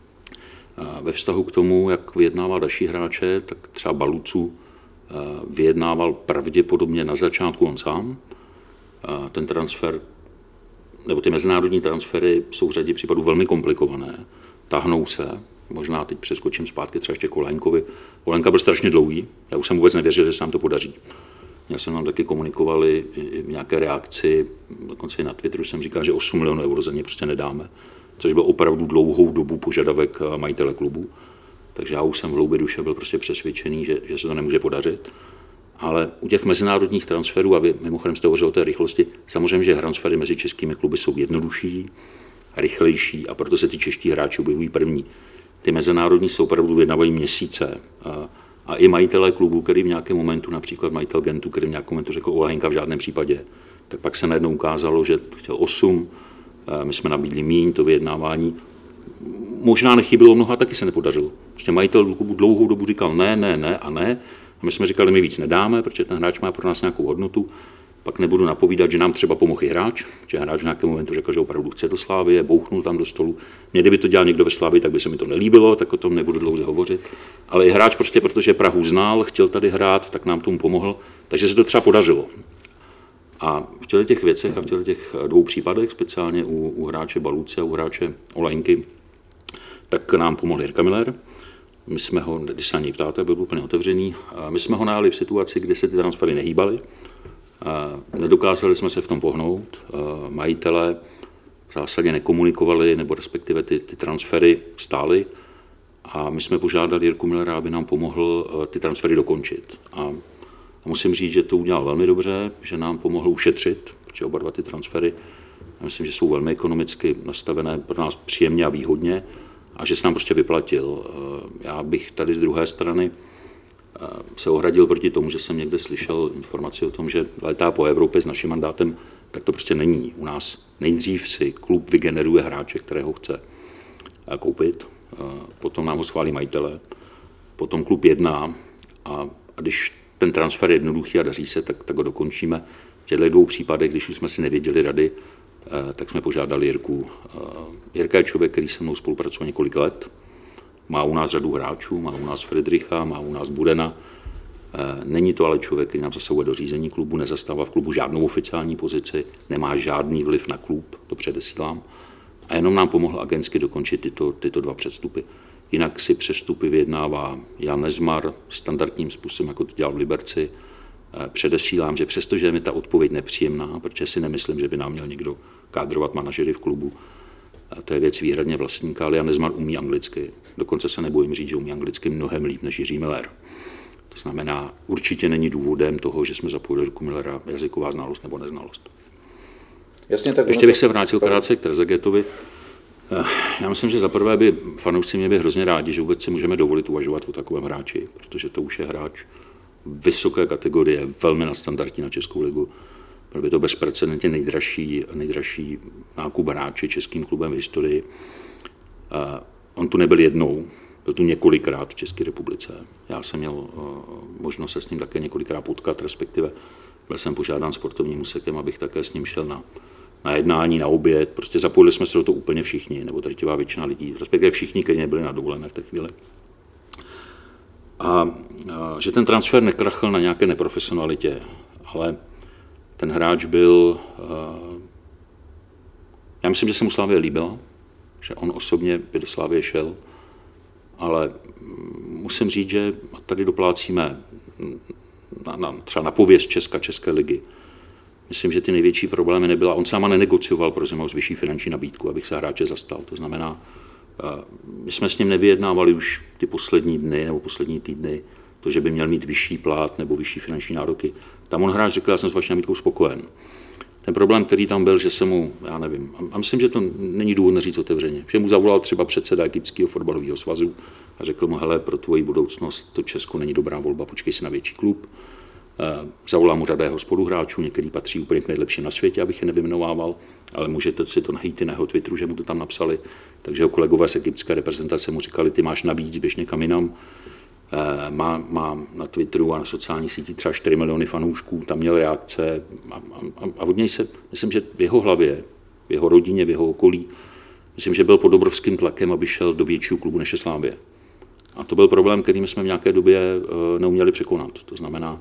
Ve vztahu k tomu, jak vyjednával další hráče, tak třeba Balucu vyjednával pravděpodobně na začátku on sám. Ten transfer, nebo ty mezinárodní transfery jsou v řadě případů velmi komplikované, tahnou se, možná teď přeskočím zpátky třeba ještě k Olenkovi. Olenka byl strašně dlouhý, já už jsem vůbec nevěřil, že se nám to podaří. Já jsem nám taky komunikovali v nějaké reakci, dokonce i na Twitteru jsem říkal, že osm milionů euro za ně prostě nedáme, což byl opravdu dlouhou dobu požadavek majitele klubu. Takže já už jsem v hloubi duše byl prostě přesvědčený, že, že se to nemůže podařit. Ale u těch mezinárodních transferů, a vy mimochodem jste hovořil o té rychlosti, samozřejmě, že transfery mezi českými kluby jsou jednodušší, rychlejší a proto se ty čeští hráči objevují první. Ty mezinárodní se opravdu vyjednávají měsíce. A, a i majitelé klubu, který v nějakém momentu, například majitel Gentu, který v nějakém momentu řekl Olenka v žádném případě, tak pak se najednou ukázalo, že chtěl osm, my jsme nabídli míň, to vyjednávání možná nechybilo mnoha, taky se nepodařilo. Prostě majitel klubu dlouhou dobu říkal ne, ne, ne a ne. A my jsme říkali, my víc nedáme, protože ten hráč má pro nás nějakou hodnotu. Pak nebudu napovídat, že nám třeba pomohl i hráč, že hráč v nějakém momentu řekl, že opravdu chce do Slávie, bouchnul tam do stolu. Mě kdyby to dělal někdo ve Slávii, tak by se mi to nelíbilo, tak o tom nebudu dlouze hovořit. Ale i hráč prostě, protože Prahu znal, chtěl tady hrát, tak nám tomu pomohl. Takže se to třeba podařilo. A v těchto těch věcech a v těchto těch dvou případech, speciálně u, u hráče Baluce a u hráče Olajnky, tak nám pomohl Jirka Miller. My jsme ho, když se na něj ptáte, byl úplně otevřený. My jsme ho najali v situaci, kde se ty transfery nehýbaly. Nedokázali jsme se v tom pohnout. Majitelé v zásadě nekomunikovali, nebo respektive ty, ty transfery stály. A my jsme požádali Jirku Millera, aby nám pomohl ty transfery dokončit. A musím říct, že to udělal velmi dobře, že nám pomohl ušetřit, protože oba dva ty transfery, já myslím, že jsou velmi ekonomicky nastavené pro nás příjemně a výhodně a že se nám prostě vyplatil. Já bych tady z druhé strany se ohradil proti tomu, že jsem někde slyšel informaci o tom, že létá po Evropě s naším mandátem, tak to prostě není. U nás nejdřív si klub vygeneruje hráče, kterého chce koupit, potom nám ho schválí majitele, potom klub jedná a, a když ten transfer je jednoduchý a daří se, tak, tak ho dokončíme. V těchto dvou případech, když už jsme si nevěděli rady, tak jsme požádali Jirku. Jirka je člověk, který se mnou spolupracuje několik let. Má u nás řadu hráčů, má u nás Friedricha, má u nás Budena. Není to ale člověk, který nám zasahuje do řízení klubu, nezastává v klubu žádnou oficiální pozici, nemá žádný vliv na klub, to předesílám. A jenom nám pomohl agentsky dokončit tyto, tyto dva předstupy. Jinak si přestupy vyjednává Jan Nezmar standardním způsobem, jako to dělal v Liberci. Předesílám, že přestože je mi ta odpověď nepříjemná, protože si nemyslím, že by nám měl někdo kádrovat manažery v klubu, to je věc výhradně vlastníka, ale Jan Nezmar umí anglicky. Dokonce se nebojím říct, že umí anglicky mnohem líp než Jiří Miller. To znamená, určitě není důvodem toho, že jsme zapojili Jirku Millera jazyková znalost nebo neznalost. Jasně, tak ještě bych se vrátil krátce k Trezegetovi. Já myslím, že zaprvé by fanoušci mě by hrozně rádi, že vůbec si můžeme dovolit uvažovat o takovém hráči, protože to už je hráč vysoké kategorie, velmi nadstandardní na Českou ligu. Byl by to bezprecedentně nejdražší, nejdražší nákup hráče českým klubem v historii. On tu nebyl jednou, byl tu několikrát v České republice. Já jsem měl možnost se s ním také několikrát potkat, respektive byl jsem požádán sportovním úsekem, abych také s ním šel na na jednání, na oběd, prostě zapojili jsme se do toho úplně všichni, nebo drtivá většina lidí, respektive všichni, kteří nebyli na dovolené v té chvíli. A, a že ten transfer nekrachl na nějaké neprofesionalitě, ale ten hráč byl, a, já myslím, že se mu Slavie líbila, že on osobně by do Slavie šel, ale musím říct, že tady doplácíme na, na, třeba na pověst Česka, České ligy. Myslím, že ty největší problémy nebyla. On sám nenegocioval pro Zemovs vyšší finanční nabídku, abych se hráče zastal. To znamená, my jsme s ním nevyjednávali už ty poslední dny nebo poslední týdny, to, že by měl mít vyšší plát nebo vyšší finanční nároky. Tam on hráč řekl, já jsem s vaší nabídkou spokojen. Ten problém, který tam byl, že se mu, já nevím, a myslím, že to není důvod neříct otevřeně, že mu zavolal třeba předseda Egyptského fotbalového svazu a řekl mu, hele, pro tvoji budoucnost to Česko není dobrá volba, počkej si na větší klub. Zavolal mu řada jeho spoluhráčů, některý patří úplně k nejlepším na světě, abych je nevyjmenovával, ale můžete si to najít i na jeho Twitteru, že mu to tam napsali. Takže jeho kolegové z egyptské reprezentace mu říkali, ty máš navíc, běž někam jinam. Má, má na Twitteru a na sociálních sítích třeba čtyři miliony fanoušků, tam měl reakce a, a, a od něj se, myslím, že v jeho hlavě, v jeho rodině, v jeho okolí, myslím, že byl pod obrovským tlakem, aby šel do většího klubu než je Slavie. A to byl problém, který jsme v nějaké době neuměli překonat. To znamená,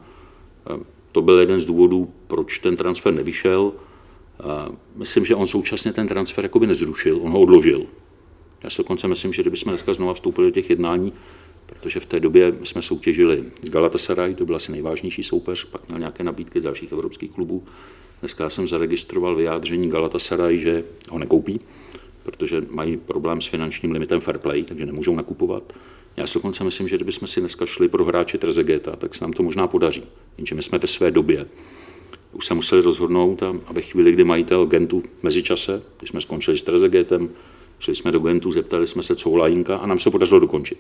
to byl jeden z důvodů, proč ten transfer nevyšel. Myslím, že on současně ten transfer jakoby nezrušil, on ho odložil. Já si dokonce myslím, že kdybychom dneska znovu vstoupili do těch jednání, protože v té době jsme soutěžili Galatasaray, to byl asi nejvážnější soupeř, pak měl nějaké nabídky z dalších evropských klubů. Dneska jsem zaregistroval vyjádření Galatasaray, že ho nekoupí, protože mají problém s finančním limitem fair play, takže nemůžou nakupovat. Já si dokonce myslím, že kdybychom si dneska šli pro hráče Trezegeta, tak se nám to možná podaří. Jenže my jsme ve své době už se museli rozhodnout a, a ve chvíli, kdy majitel Gentu mezičase, když jsme skončili s Trezegetem, šli jsme do Gentu, zeptali jsme se, co Olajnka a nám se podařilo dokončit.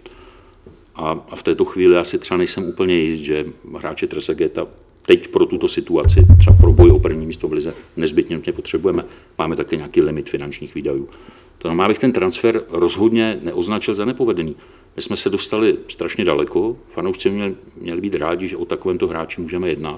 A, a v této chvíli asi třeba nejsem úplně jist, že hráče Trezegeta teď pro tuto situaci, třeba pro boj o první místo v lize, nezbytně nutně potřebujeme. Máme také nějaký limit finančních výdajů. To znamená, bych ten transfer rozhodně neoznačil za nepovedený. My jsme se dostali strašně daleko, fanoušci měli, měli být rádi, že o takovémto hráči můžeme jednat.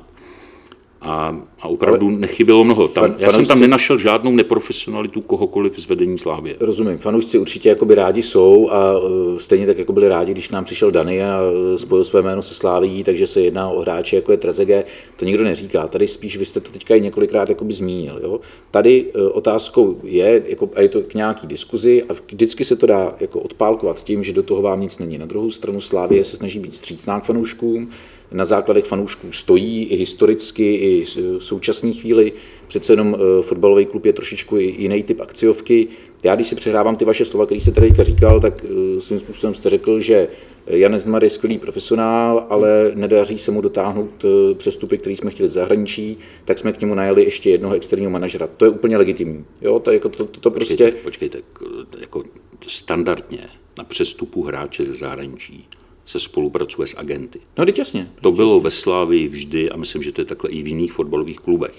A, a opravdu ale nechybělo mnoho. Tam, fan, já jsem tam nenašel žádnou neprofesionalitu kohokoliv z vedení Slávie. Rozumím, fanoušci určitě jakoby rádi jsou a uh, stejně tak jako byli rádi, když nám přišel Dani a uh, spojil své jméno se Slávií, takže se jedná o hráče jako je Trezeguet, to nikdo neříká. Tady spíš, vy jste to teďka i několikrát jakoby zmínil. Jo? Tady uh, otázkou je, jako, a je to k nějaký diskuzi a vždycky se to dá jako odpálkovat tím, že do toho vám nic není. Na druhou stranu Slávie se snaží být vstřícná k fanouškům, na základech fanoušků stojí i historicky, i v současné chvíli. Přece jenom fotbalový klub je trošičku jiný typ akciovky. Já, když si přehrávám ty vaše slova, které jste tady říkal, tak svým způsobem jste řekl, že Jan Nezmar je skvělý profesionál, ale nedaří se mu dotáhnout přestupy, které jsme chtěli z zahraničí, tak jsme k němu najeli ještě jednoho externího manažera. To je úplně legitimní. Jo, to, jako to, to, to prostě... Počkejte, počkejte, jako standardně na přestupu hráče ze zahraničí se spolupracuje s agenty. No, teď jasně. To bylo ve Slávii vždy a myslím, že to je takhle i v jiných fotbalových klubech.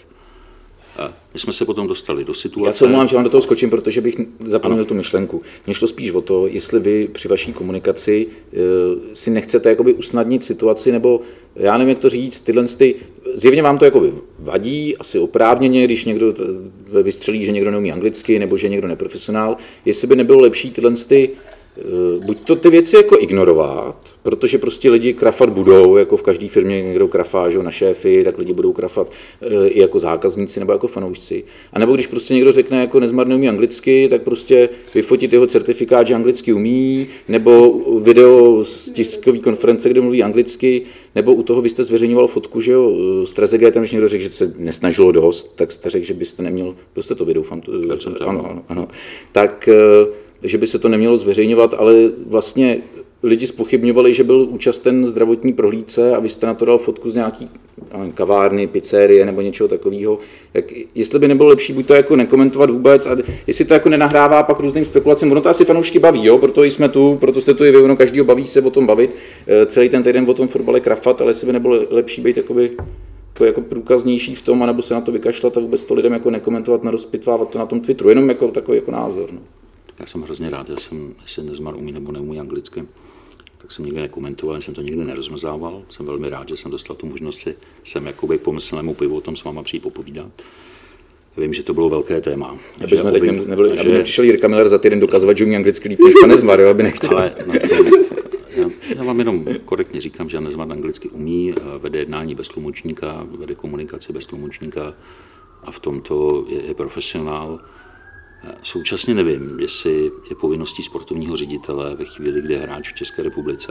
A my jsme se potom dostali do situace... Já se omlouvám, že vám do toho skočím, protože bych zapomněl tu myšlenku. Mně šlo spíš o to, jestli vy při vaší komunikaci uh, si nechcete jakoby usnadnit situaci, nebo já nevím, jak to říct, tyhle ty... Zjevně vám to jakoby vadí, asi oprávněně, když někdo vystřelí, že někdo neumí anglicky, nebo že je někdo neprofesionál, jestli by nebylo lepší tyhle ty buď to ty věci jako ignorovat, protože prostě lidi krafat budou, jako v každé firmě někdo krafá, že na šéfy, tak lidi budou krafat i jako zákazníci nebo jako fanoušci. A nebo když prostě někdo řekne, jako Nezmar neumí anglicky, tak prostě vyfotit jeho certifikát, že anglicky umí, nebo video z tiskové konference, kde mluví anglicky, nebo u toho vy jste zveřejňoval fotku, že jo, s Trezeguetem, když někdo řekl, že se nesnažilo dost, tak jste řekl, že byste neměl, byl jste to doufám, ano, ano, ano, tak že by se to nemělo zveřejňovat, ale vlastně lidi zpochybňovali, že byl účasten zdravotní prohlídce a vy jste na to dal fotku z nějaký kavárny, pizzerie nebo něčeho takového. Jak, jestli by nebylo lepší buď to jako nekomentovat vůbec a jestli to jako nenahrává pak různým spekulacím, ono to asi fanoušky baví, jo? Proto jsme tu, proto jste tu i vy, ono každýho baví se o tom bavit, celý ten týden o tom fotbale krafat, ale jestli by nebylo lepší být jakoby jako průkaznější v tom, anebo se na to vykašlat a vůbec to lidem jako nekomentovat, nerozpitvávat to na tom Twitteru, jenom jako takový jako názor. No. Já jsem hrozně rád, já jsem, jestli Nezmar umí nebo neumí anglicky, tak jsem nikdy nekomentoval, jsem to nikdy nerozmazával. Jsem velmi rád, že jsem dostal tu možnost si sem jakoby pomyslnému pivu o tom s váma přijít popovídat. Vím, že to bylo velké téma. Aby jsme teď nebyli, aby nepřišel Jirka Miller za týden dokazovat, že umí anglicky líp než pan Nezmar, jo, aby nechtěl. Ale na tím, já, já vám jenom korektně říkám, že Nezmar anglicky umí, vede jednání bez tlumočníka, vede komunikaci bez tlumočníka a v tomto je, je profesionál. Současně nevím, jestli je povinností sportovního ředitele ve chvíli, kdy je hráč v České republice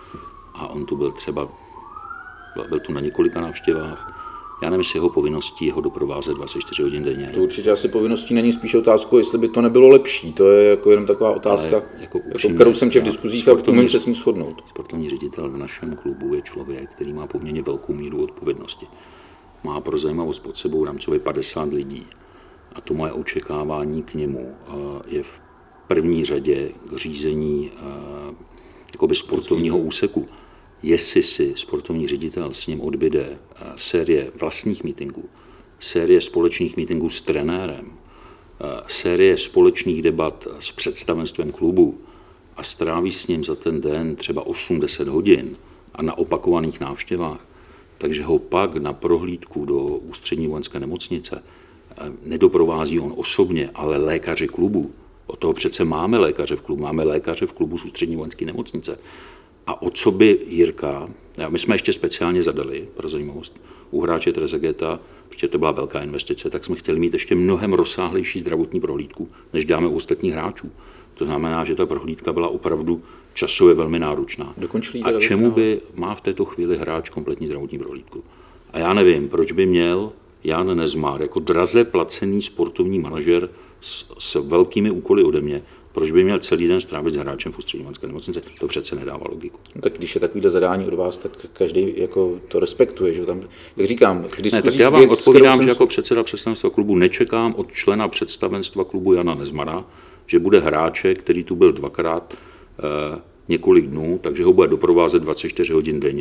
a on tu byl třeba, byl tu na několika návštěvách, já nevím, jestli jeho povinností jeho doprovázet dvacet čtyři hodin denně. To určitě asi povinností není, spíš otázkou, jestli by to nebylo lepší. To je jako jenom taková otázka, jako upřímně, kterou jsem četl v diskuzích a umím se s ní shodnout. Sportovní ředitel v našem klubu je člověk, který má poměrně velkou míru odpovědnosti. Má pro zajímavost pod sebou rámcově padesát lidí. A to moje očekávání k němu je v první řadě k řízení jakoby sportovního úseku. Jestli si sportovní ředitel s ním odbyde série vlastních mítinků, série společných mítinků s trenérem, série společných debat s představenstvem klubu a stráví s ním za ten den třeba osm deset hodin a na opakovaných návštěvách, takže ho pak na prohlídku do ústřední vojenské nemocnice nedoprovází on osobně, ale lékaři klubu. Od toho přece máme lékaře v klubu, máme lékaře v klubu z ústřední vojenské nemocnice. A o co by Jirka, my jsme ještě speciálně zadali, pro zajímavost, u hráče Trezegueta, protože to byla velká investice, tak jsme chtěli mít ještě mnohem rozsáhlejší zdravotní prohlídku, než dáme u ostatních hráčů. To znamená, že ta prohlídka byla opravdu časově velmi náročná. A čemu by má v této chvíli hráč kompletní zdravotní prohlídku? A já nevím, proč by měl Jan Nezmar jako draze placený sportovní manažer s, s velkými úkoly ode mě, proč by měl celý den strávit s hráčem v ústřední vojenské nemocnice? To přece nedává logiku. No, tak když je takovýhle zadání od vás, tak každý jako to respektuje, že tam, jak říkám, ne, tak já vám věc, odpovídám, že jsem... jako předseda představenstva klubu nečekám od člena představenstva klubu Jana Nezmara, že bude hráče, který tu byl dvakrát eh, několik dnů, takže ho bude doprovázet dvacet čtyři hodin denně.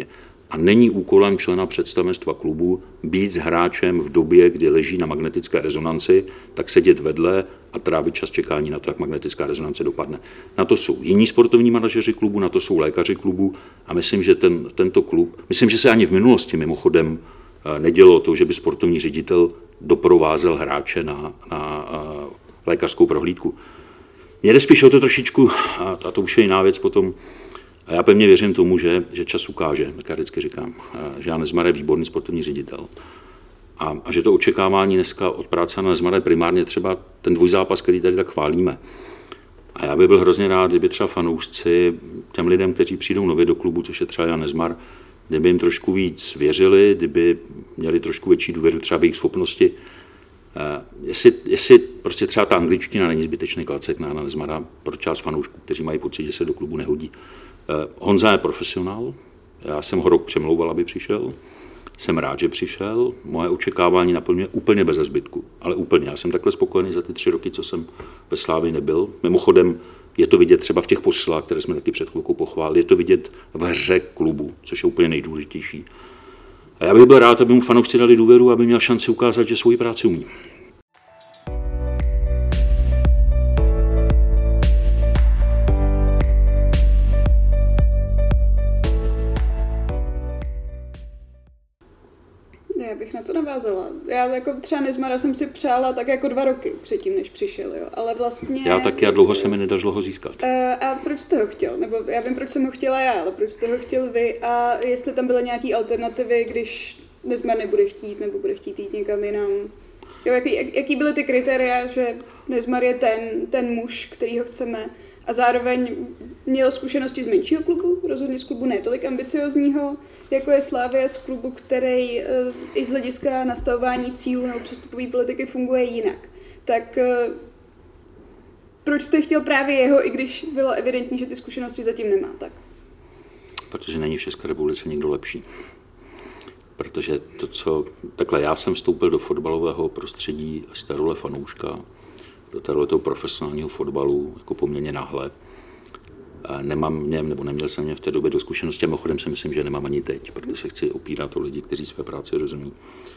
A není úkolem člena představenstva klubu být s hráčem v době, kdy leží na magnetické rezonanci, tak sedět vedle a trávit čas čekání na to, jak magnetická rezonance dopadne. Na to jsou jiní sportovní manažeři klubu, na to jsou lékaři klubu a myslím, že ten, tento klub, myslím, že se ani v minulosti mimochodem nedělo to, že by sportovní ředitel doprovázel hráče na, na lékařskou prohlídku. Mně jde spíš o to trošičku, a to už je jiná věc potom, a já pevně věřím tomu, že, že čas ukáže, tak já vždycky říkám, že Jan Nezmar je výborný sportovní ředitel. A, a že to očekávání dneska od práce na Nezmara je primárně třeba ten dvojzápas, který tady tak chválíme. A já bych byl hrozně rád, kdyby třeba fanoušci těm lidem, kteří přijdou nově do klubu, což je třeba Jan Nezmar, kdyby jim trošku víc věřili, kdyby měli trošku větší důvěru třeba v jejich schopnosti. Jestli, jestli prostě třeba ta angličtina není zbytečný klacek na Jana Nezmara pro část fanoušků, kteří mají pocit, že se do klubu nehodí. Honza je profesionál, já jsem ho rok přemlouval, aby přišel, jsem rád, že přišel, moje očekávání naplňuje úplně bez zbytku, ale úplně. Já jsem takhle spokojený za ty tři roky, co jsem ve Slávii nebyl. Mimochodem je to vidět třeba v těch posilách, které jsme taky před chvilkou pochválili, je to vidět v hře klubu, což je úplně nejdůležitější. A já bych byl rád, aby mu fanoušci dali důvěru, aby měl šanci ukázat, že svoji práci umí. Já bych na to navázala. Já jako třeba Nezmara jsem si přála tak jako dva roky předtím, než přišel, jo. Ale vlastně... Já taky a dlouho se mi nedařilo ho získat. A, a proč jste ho chtěl? Nebo já vím, proč jsem ho chtěla já, ale proč jste ho chtěl vy? A jestli tam byly nějaké alternativy, když Nezmar nebude chtít, nebo bude chtít jít někam jinam? Jo, jaký, jak, jaký byly ty kritéria, že Nezmar je ten, ten muž, který ho chceme, a zároveň měl zkušenosti z menšího klubu, rozhodně z klubu ne tolik ambiciozního, jako je Slavia, z klubu, který e, i z hlediska nastavování cílů nebo přestupové politiky funguje jinak. Tak e, proč jste chtěl právě jeho, i když bylo evidentní, že ty zkušenosti zatím nemá? Tak? Protože není v České republice nikdo lepší. Protože to, co... Takhle, já jsem vstoupil do fotbalového prostředí z té role fanouška, do té role toho profesionálního fotbalu, jako poměrně náhle. Nemám mě, nebo neměl jsem mě v té době do zkušenosti, a mimochodem si myslím, že nemám ani teď, protože se chci opírat o lidi, kteří své práci rozumí.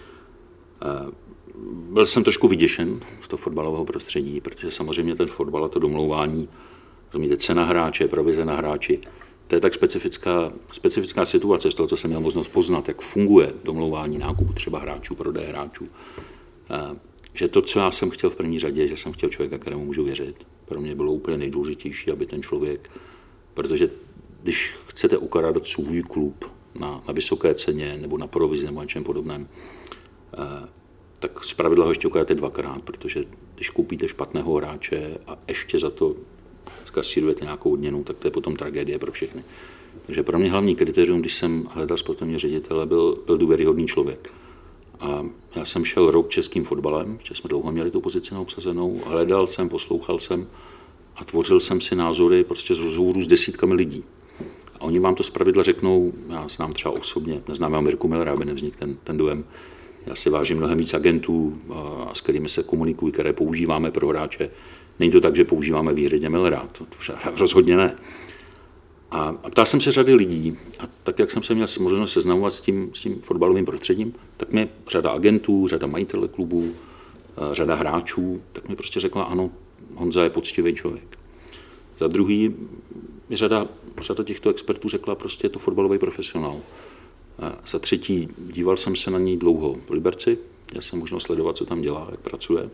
Byl jsem trošku vyděšen z toho fotbalového prostředí, protože samozřejmě ten fotbal a to domlouvání, rozumíte, cena hráče, provize na hráči, to je tak specifická, specifická situace z toho, co jsem měl možnost poznat, jak funguje domlouvání nákupu třeba hráčů, prodej hráčů. Že to, co já jsem chtěl v první řadě, že jsem chtěl člověka, kterému můžu věřit. Pro mě bylo úplně nejdůležitější, aby ten člověk, protože když chcete ukrádat svůj klub na, na vysoké ceně nebo na provizi nebo něčem podobném, eh, tak zpravidla ho ještě ukrádáte dvakrát, protože když koupíte špatného hráče a ještě za to zkasírujete nějakou odměnu, tak to je potom tragédie pro všechny. Takže pro mě hlavní kritérium, když jsem hledal sportovního ředitele, byl, byl důvěryhodný člověk. A já jsem šel rok českým fotbalem, že jsme dlouho měli tu pozici neobsazenou, hledal jsem, poslouchal jsem a tvořil jsem si názory prostě z rozhovorů s desítkami lidí. A oni vám to zpravidla řeknou, já znám třeba osobně, neznám Mirku Millera, aby nevznikl ten, ten dojem. Já si vážím mnohem víc agentů, a s kterými se komunikují, které používáme pro hráče. Není to tak, že používáme výhradně Millera, to, to rozhodně ne. A, a ptal jsem se řady lidí a tak, jak jsem se měl možnost seznamovat s tím, s tím fotbalovým prostředím, tak mi řada agentů, řada majitele klubů, řada hráčů, tak mi prostě řekla, ano, Honza je poctivý člověk. Za druhý mi řada, řada těchto expertů řekla, prostě je to fotbalový profesionál. A za třetí, díval jsem se na něj dlouho v Liberci, měl jsem možnost sledovat, co tam dělá, jak pracuje.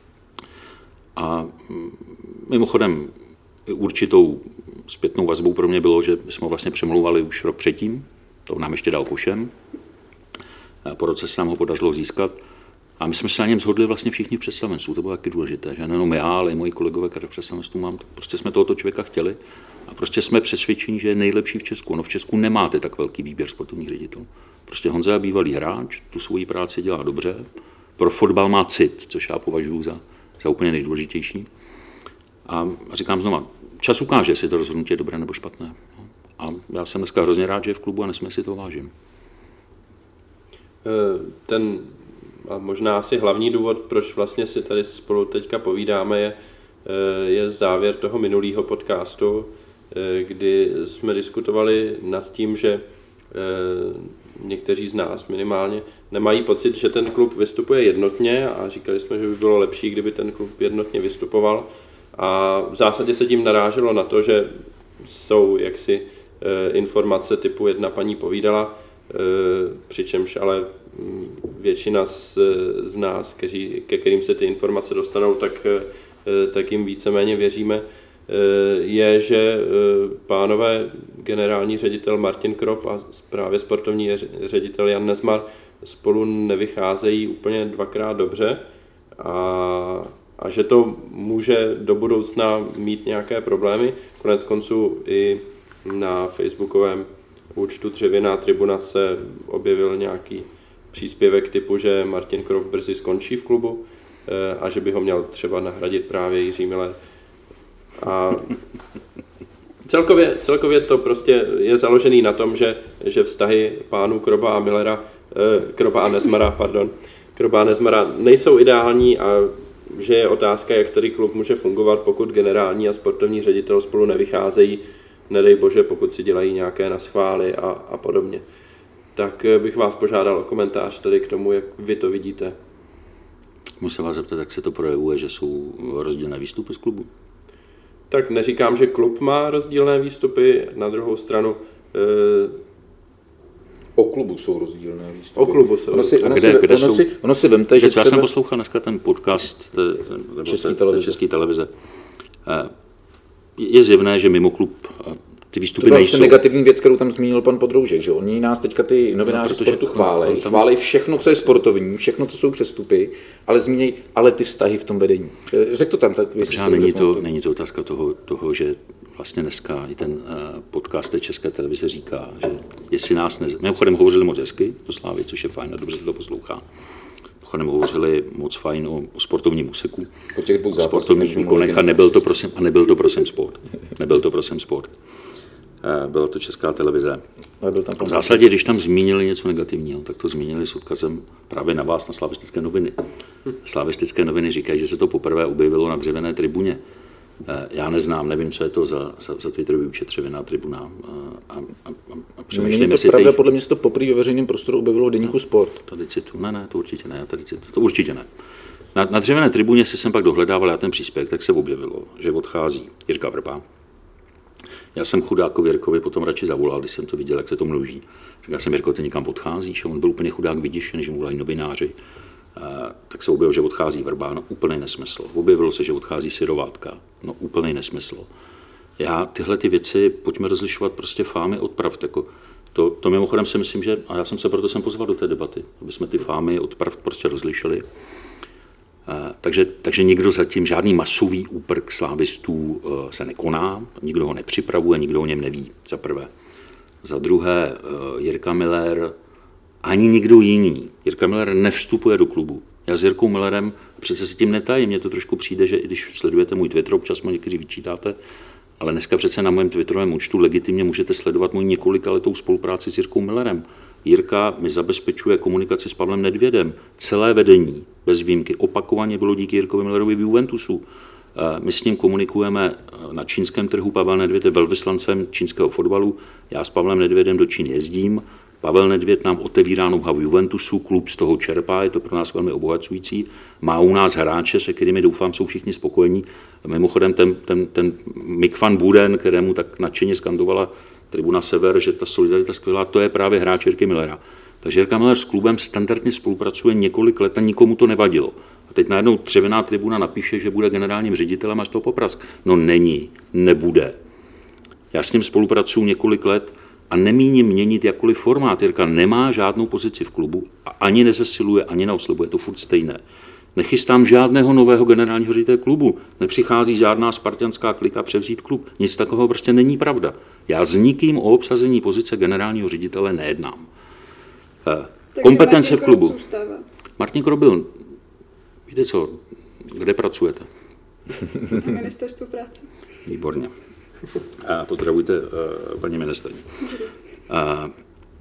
A mimochodem, určitou zpětnou vazbou pro mě bylo, že jsme ho vlastně přemlouvali už rok předtím, to nám ještě dal košem. Po roce se nám ho podařilo získat a my jsme se na něm shodli vlastně všichni v představenstvu, to bylo taky důležité, že nejenom já, ale i moji kolegové, které v představenstvu mám, tak prostě jsme tohoto člověka chtěli a prostě jsme přesvědčeni, že je nejlepší v Česku. No v Česku nemáte tak velký výběr sportovních ředitelů. Prostě Honza je bývalý hráč, tu svoji práci dělá dobře, pro fotbal má cit, což já považuji za, za úplně nejdůležitější. A říkám znova, čas ukáže, jestli to rozhodnutí je dobré nebo špatné. A já jsem dneska hrozně rád, že je v klubu a nesmím si to vážím. Ten a možná asi hlavní důvod, proč vlastně si tady spolu teďka povídáme, je, je závěr toho minulého podcastu, kdy jsme diskutovali nad tím, že někteří z nás minimálně nemají pocit, že ten klub vystupuje jednotně a říkali jsme, že by bylo lepší, kdyby ten klub jednotně vystupoval. A v zásadě se tím naráželo na to, že jsou jaksi informace typu jedna paní povídala, přičemž ale většina z, z nás, kteří, ke kterým se ty informace dostanou, tak, tak jim víceméně věříme, je, že pánové generální ředitel Martin Krop a právě sportovní ředitel Jan Nezmar spolu nevycházejí úplně dvakrát dobře a, a že to může do budoucna mít nějaké problémy. Konec konců i na facebookovém účtu Dřevěná tribuna se objevil nějaký příspěvek typu, že Martin Krop brzy skončí v klubu a že by ho měl třeba nahradit právě Jiří Miller. A celkově, celkově to prostě je založený na tom, že, že vztahy pánů Kroba a Millera, eh, Kroba a Nezmara, pardon, Kroba a Nezmara nejsou ideální a že je otázka, jak tady klub může fungovat, pokud generální a sportovní ředitel spolu nevycházejí, nedej bože, pokud si dělají nějaké naschvály a, a podobně. Tak bych vás požádal o komentář tady k tomu, jak vy to vidíte. Musím vás zeptat, jak se to projevuje, že jsou rozdílné výstupy z klubu? Tak neříkám, že klub má rozdílné výstupy, na druhou stranu... E... O klubu jsou rozdílné výstupy. O klubu jsou ono si, ono kde, si, kde ono jsou? Si, ono si vemte, že Já třeba... jsem poslouchal dneska ten podcast té, České té, televize. České televize. Je zjevné, že mimo klub ty výstupy to nejsou. To negativní věc, kterou tam zmínil pan Podroužek, že oni nás teďka ty novináři no, sportu chválej, tam... chválej všechno, co je sportovní, všechno, co jsou přestupy, ale zmíněj ale ty vztahy v tom vedení. Řekl to tam tak. Třeba není to, není to otázka toho, toho, že vlastně dneska i ten podcast té České televize říká, že jestli nás ne... Mimochodem hovořili moc hezky do Slávy, což je fajn a dobře se to poslouchá. Mimochodem hovořili moc fajn o, o sportovním úseku, po těch dvou o sportovních výkonech a nebyl to prosím, a nebyl to prosím sport. Nebyl to prosím sport. Byla to Česká televize. Byl tam v zásadě, když tam zmínili něco negativního, tak to zmínili s odkazem právě na vás, na Slavistické noviny. Slavistické noviny říkají, že se to poprvé objevilo na Dřevěné tribuně. Já neznám, nevím, co je to za, za, za Twitterový účet Dřevěná tribuna. A, a, a, a přemýšlím, Není to pravda, těch... podle mě se to poprvé ve veřejném prostoru objevilo v deníku Sport. Tady citu. Ne, ne, to určitě ne. Tady citu. To určitě ne. Na, na Dřevěné tribuně si jsem pak dohledával já ten příspěvek, tak se objevilo, že odchází Jirka Vrba. Já jsem chudákovi Jirkovi potom radši zavolal, když jsem to viděl, jak se to mluví. Říkal jsem, Jirko, ty někam odcházíš? A on byl úplně chudák vyděšený, že mu volají novináři. E, tak se objevilo, že odchází Vrba, no úplný nesmysl. Objevilo se, že odchází Syrovátka, no úplný nesmysl. Já tyhle ty věci, pojďme rozlišovat prostě fámy od pravd. Jako to, to mimochodem si myslím, že, a já jsem se proto jsem pozval do té debaty, aby jsme ty fámy od pravd prostě rozlišili. Uh, takže, takže nikdo zatím, žádný masový úprk slávistů uh, se nekoná, nikdo ho nepřipravuje, nikdo o něm neví, za prvé. Za druhé, uh, Jirka Miller, ani nikdo jiný. Jirka Miller nevstupuje do klubu. Já s Jirkou Millerem přece se tím netajím, mně to trošku přijde, že i když sledujete můj Twitter, občas mu někteří vyčítáte, ale dneska přece na mém Twitterovém účtu legitimně můžete sledovat můj několikaletou spolupráci s Jirkou Millerem. Jirka mi zabezpečuje komunikaci s Pavlem Nedvědem. Celé vedení, bez výjimky, opakovaně bylo díky Jirkovi Millerovi v Juventusu. My s ním komunikujeme na čínském trhu. Pavel Nedvěd je velvyslancem čínského fotbalu. Já s Pavlem Nedvědem do Číny jezdím. Pavel Nedvěd nám otevírá know-how v Juventusu, klub z toho čerpá, je to pro nás velmi obohacující. Má u nás hráče, se kterými doufám jsou všichni spokojení. Mimochodem ten, ten, ten Mick van Buden, kterému tak nadšeně skandovala Tribuna Sever, že ta solidarita skvělá, to je právě hráč Jirky Millera. Takže Jirka Miller s klubem standardně spolupracuje několik let a nikomu to nevadilo. A teď najednou Dřevěná tribuna napíše, že bude generálním ředitelem a z toho poprask. No není, nebude. Já s ním spolupracuju několik let a nemíním měnit jakkoliv formát. Jirka nemá žádnou pozici v klubu a ani nezesiluje, ani neoslabuje, je to furt stejné. Nechystám žádného nového generálního ředitele klubu, nepřichází žádná spartanská klika převzít klub. Nic takového prostě není pravda. Já s nikým o obsazení pozice generálního ředitele nejednám. Takže kompetence Martin v klubu. Zůstává. Martin Krop byl, víte co, kde pracujete? Na ministerstvu práce. Výborně. A pozdravujte uh, paní ministryni. Uh,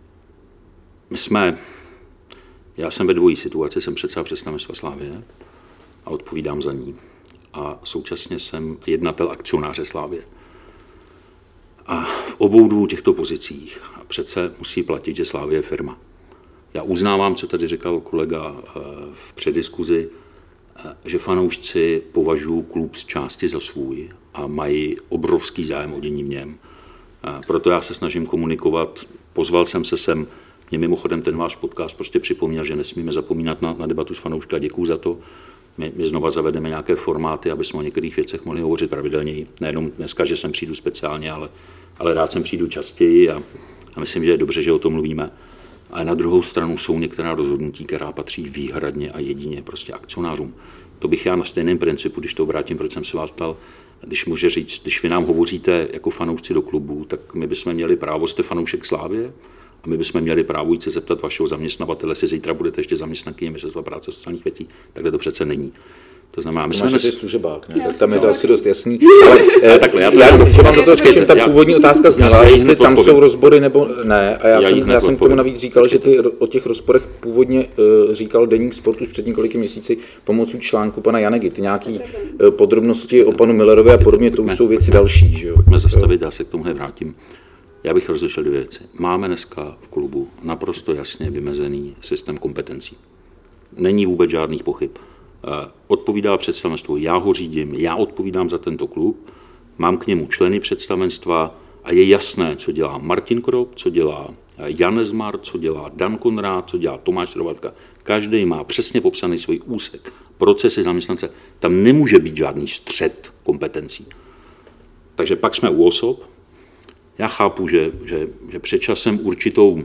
my jsme, já jsem ve dvojí situaci, jsem předseda představenstva Slávie a odpovídám za ní. A současně jsem jednatel akcionáře Slávie. A v obou dvou těchto pozicích přece musí platit, že Slavie je firma. Já uznávám, co tady říkal kolega v přediskuzi, že fanoušci považují klub z části za svůj a mají obrovský zájem o dění v něm. Proto já se snažím komunikovat. Pozval jsem se sem, mě mimochodem ten váš podcast prostě připomněl, že nesmíme zapomínat na, na debatu s fanoušky a děkuju za to. My, my znova zavedeme nějaké formáty, aby jsme o některých věcech mohli hovořit pravidelněji. Nejenom dneska, že sem přijdu speciálně, ale, ale rád sem přijdu častěji a, a myslím, že je dobře, že o tom mluvíme. A na druhou stranu jsou některá rozhodnutí, která patří výhradně a jedině prostě akcionářům. To bych já na stejném principu, když to vrátím, proč jsem se vás ptal, když může říct, když vy nám hovoříte jako fanoušci do klubu, tak my bychom měli právo, jste fanoušek Slávie, a my bychom měli právo jít se zeptat vašeho zaměstnavatele, jestli zítra budete ještě zaměstnankyně Ministerstva práce a sociálních věcí. Takhle to přece není. To znamená, my jsme... Máš Nes... služebák, ne? Tak tam je to asi dost jasný. Ale, ale takhle, já to já, že vám do toho skočím, ta původní otázka zněla, jestli tam odpovím. Jsou rozbory nebo ne. A já, já jsem, já jsem k tomu navíc říkal, že ty o těch rozporech původně uh, říkal Deník Sportu před několika měsíci pomocí článku pana Janegy. Ty nějaký uh, podrobnosti o panu Millerovi a podobně, to už jsou věci další. Že jo? Pojďme zastavit, já se k tomu nevrátím. Já bych rozlišil dvě věci. Máme dneska v klubu naprosto jasně vymezený systém kompetencí. Není vůbec žádných pochyb. Odpovídá představenstvo, já ho řídím, já odpovídám za tento klub, mám k němu členy představenstva a je jasné, co dělá Martin Krop, co dělá Jan Nezmar, co dělá Dan Konrád, co dělá Tomáš Rovatka. Každý má přesně popsaný svůj úsek, procesy zaměstnance. Tam nemůže být žádný střet kompetencí. Takže pak jsme u osob. Já chápu, že, že, že před časem určitou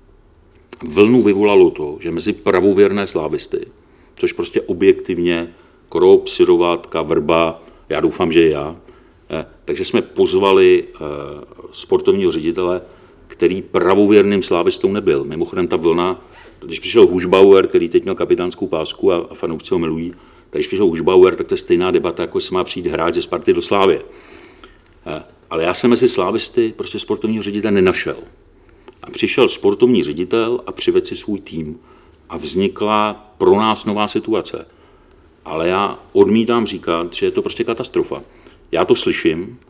vlnu vyvolalo to, že mezi pravověrné slávisty, což prostě objektivně Krop, Syrovátka, Vrba, já doufám, že já, eh, takže jsme pozvali eh, sportovního ředitele, který pravověrným slávistou nebyl. Mimochodem ta vlna, když přišel Hušbauer, který teď měl kapitánskou pásku a, a fanoušci ho milují, tak když přišel Hušbauer, tak to je stejná debata, jako se má přijít hráč ze Sparty do Slávie. Eh, Ale já jsem mezi slávisty prostě sportovního ředitele nenašel. A přišel sportovní ředitel a přivedl si svůj tým. A vznikla pro nás nová situace. Ale já odmítám říkat, že je to prostě katastrofa. Já to slyším.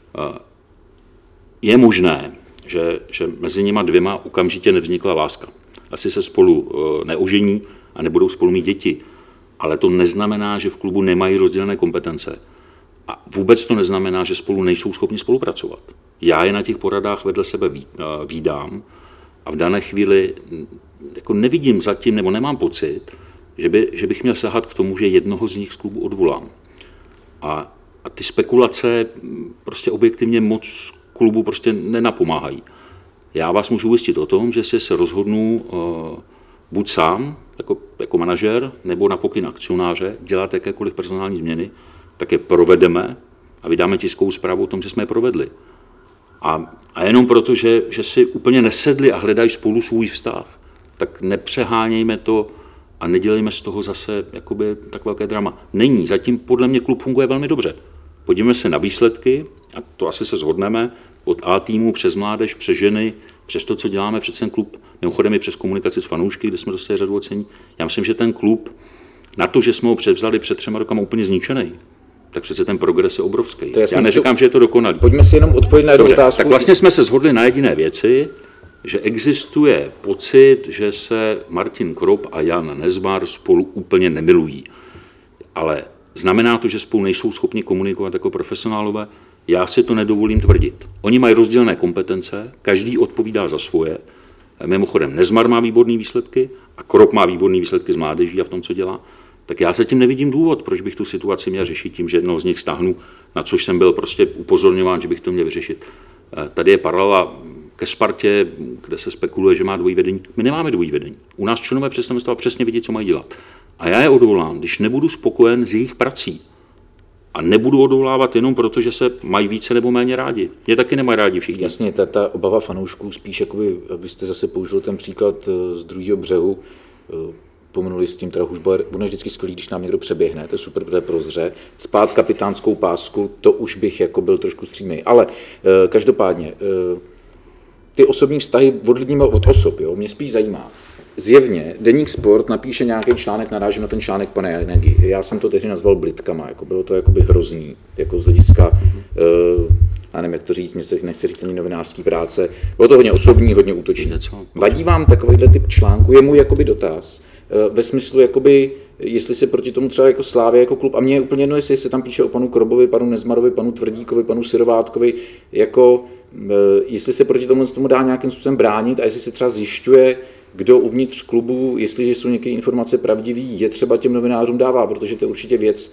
Je možné, že, že mezi nima dvěma okamžitě nevznikla láska. Asi se spolu neožení a nebudou spolu mít děti. Ale to neznamená, že v klubu nemají rozdělené kompetence. A vůbec to neznamená, že spolu nejsou schopni spolupracovat. Já je na těch poradách vedle sebe vídám a v dané chvíli jako nevidím zatím, nebo nemám pocit, že, by, že bych měl sahat k tomu, že jednoho z nich z klubu odvolám. A, a ty spekulace prostě objektivně moc klubu prostě nenapomáhají. Já vás můžu ujistit o tom, že si se rozhodnu uh, buď sám, jako, jako manažer, nebo na pokyn akcionáře, dělat jakékoliv personální změny, tak je provedeme a vydáme tiskovou zprávu o tom, že jsme je provedli. A, a jenom proto, že, že si úplně nesedli a hledají spolu svůj vztah, tak nepřehánějme to a nedělejme z toho zase jakoby tak velké drama. Není, zatím podle mě klub funguje velmi dobře. Podívejme se na výsledky, a to asi se shodneme, od A týmu přes mládež, přes ženy, přes to, co děláme přes ten klub, mimochodem i přes komunikaci s fanoušky, kde jsme dostali řadu ocení. Já myslím, že ten klub, na to, že jsme ho převzali před třema rokama úplně zničený, tak přece ten progres je obrovský. Je Já neříkám, to... že je to dokonalý. Pojďme si jenom odpovědět na jednu otázku. Tak vlastně jsme se shodli na jediné věci, že existuje pocit, že se Martin Krop a Jan Nezmar spolu úplně nemilují. Ale znamená to, že spolu nejsou schopni komunikovat jako profesionálové? Já si to nedovolím tvrdit. Oni mají rozdělené kompetence, každý odpovídá za svoje. Mimochodem Nezmar má výborné výsledky a Krop má výborné výsledky z mládeží a v tom, co dělá. Tak já se tím nevidím důvod, proč bych tu situaci měl řešit tím, že jednoho z nich stáhnu, na což jsem byl prostě upozorňován, že bych to měl vyřešit. Tady je paralela ke Spartě, kde se spekuluje, že má dvojí vedení. My nemáme dvojí vedení. U nás členové představenstva přesně vědí, co mají dělat. A já je odvolám, když nebudu spokojen s jejich prací. A nebudu odvolávat jenom proto, že se mají více nebo méně rádi. Mě taky nemají rádi všichni. Jasně, ta, ta obava fanoušků spíš, jakoby, abyste zase použil ten příklad z druhého břehu, pomenuli s tím teda Hušbauer, ono je vždycky skvělý, když nám někdo přeběhne, to je super, to je prozře. Spát kapitánskou pásku, to už bych jako byl trošku střímej. Ale e, každopádně, e, ty osobní vztahy odlidníme od osob, jo, mě spíš zajímá. Zjevně Deník Sport napíše nějaký článek, narážím na ten článek pana Janegy. Já jsem to tehdy nazval blitkama, jako bylo to jakoby hrozný, jako z hlediska e, já nevím, jak to říct, mě se nechce říct ani novinářský práce, bylo to hodně osobní, hodně útočný. Vadí vám takovýhle typ článku? Je můj jakoby dotaz, ve smyslu, jakoby, jestli se proti tomu třeba jako Slávě, jako klub, a mně je úplně jedno, jestli se tam píše o panu Krobovi, panu Nezmarovi, panu Tvrdíkovi, panu Syrovátkovi, jako, jestli se proti tomu, tomu dá nějakým způsobem bránit a jestli se třeba zjišťuje, kdo uvnitř klubu, jestliže jsou některé informace pravdivé, je třeba těm novinářům dává, protože to je určitě věc,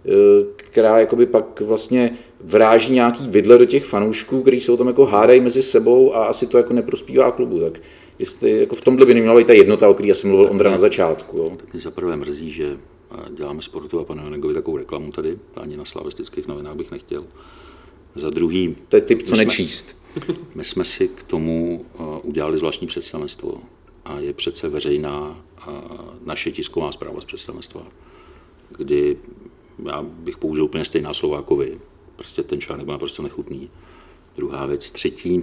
která jakoby pak vlastně vráží nějaký vidle do těch fanoušků, kteří se o tom jako hádají mezi sebou a asi to jako neprospívá klubu. Tak jestli jako v tomhle by neměla být ta jednota, o který já jsem mluvil Ondra na začátku. Jo. Tak mě za prvé mrzí, že děláme Sportu a panu Janegovi takovou reklamu tady, ani na slavistických novinách bych nechtěl. Za druhý... To je typ, co jsme, nečíst. My jsme si k tomu udělali zvláštní představenstvo a je přece veřejná naše tisková zpráva z představenstva, kdy já bych použil úplně stejná slova jako vy. Prostě ten článek byl naprosto nechutný. Druhá věc, třetí,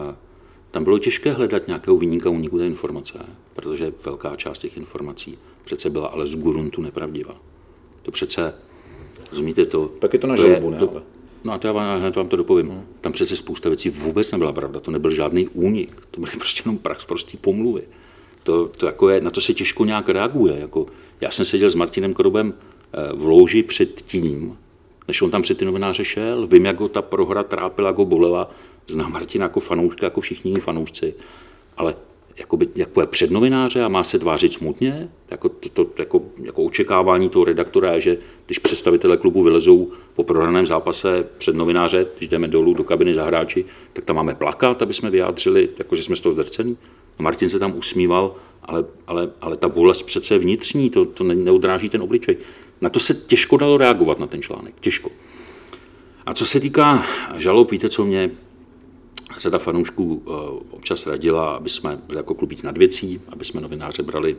tam bylo těžké hledat nějakého viníka úniku té informace, protože velká část těch informací přece byla ale z guruntu nepravdivá. To přece, rozumíte to? Tak je to na žalobu, ne? Do, no a to já hned vám to dopovím. Hmm. Tam přece spousta věcí vůbec nebyla pravda, to nebyl žádný únik, to byly prostě jenom prax, prostý pomluvy. To, to jako je, na to se těžko nějak reaguje. Jako, já jsem seděl s Martinem Krobem v louži před tím, než on tam před ty novináře šel, vím, jak ho ta prohra trápila, jak ho bolela, znám Martina jako fanouška, jako všichni jiní fanoušci, ale jakoby, jako je před novináře a má se tvářit smutně, jako, to, to, jako, jako očekávání toho redaktora je, že když představitelé klubu vylezou po prohraném zápase před novináře, když jdeme dolů do kabiny za hráči, tak tam máme plakát, aby jsme vyjádřili, jako, že jsme z toho zdrcení. A Martin se tam usmíval, ale, ale, ale ta bolest přece je vnitřní, to, to neodráží ten obličej. Na to se těžko dalo reagovat, na ten článek, těžko. A co se týká žalob, víte, co mě se ta fanoušků občas radila, aby jsme byli jako klub víc nad věcí, aby jsme novináře brali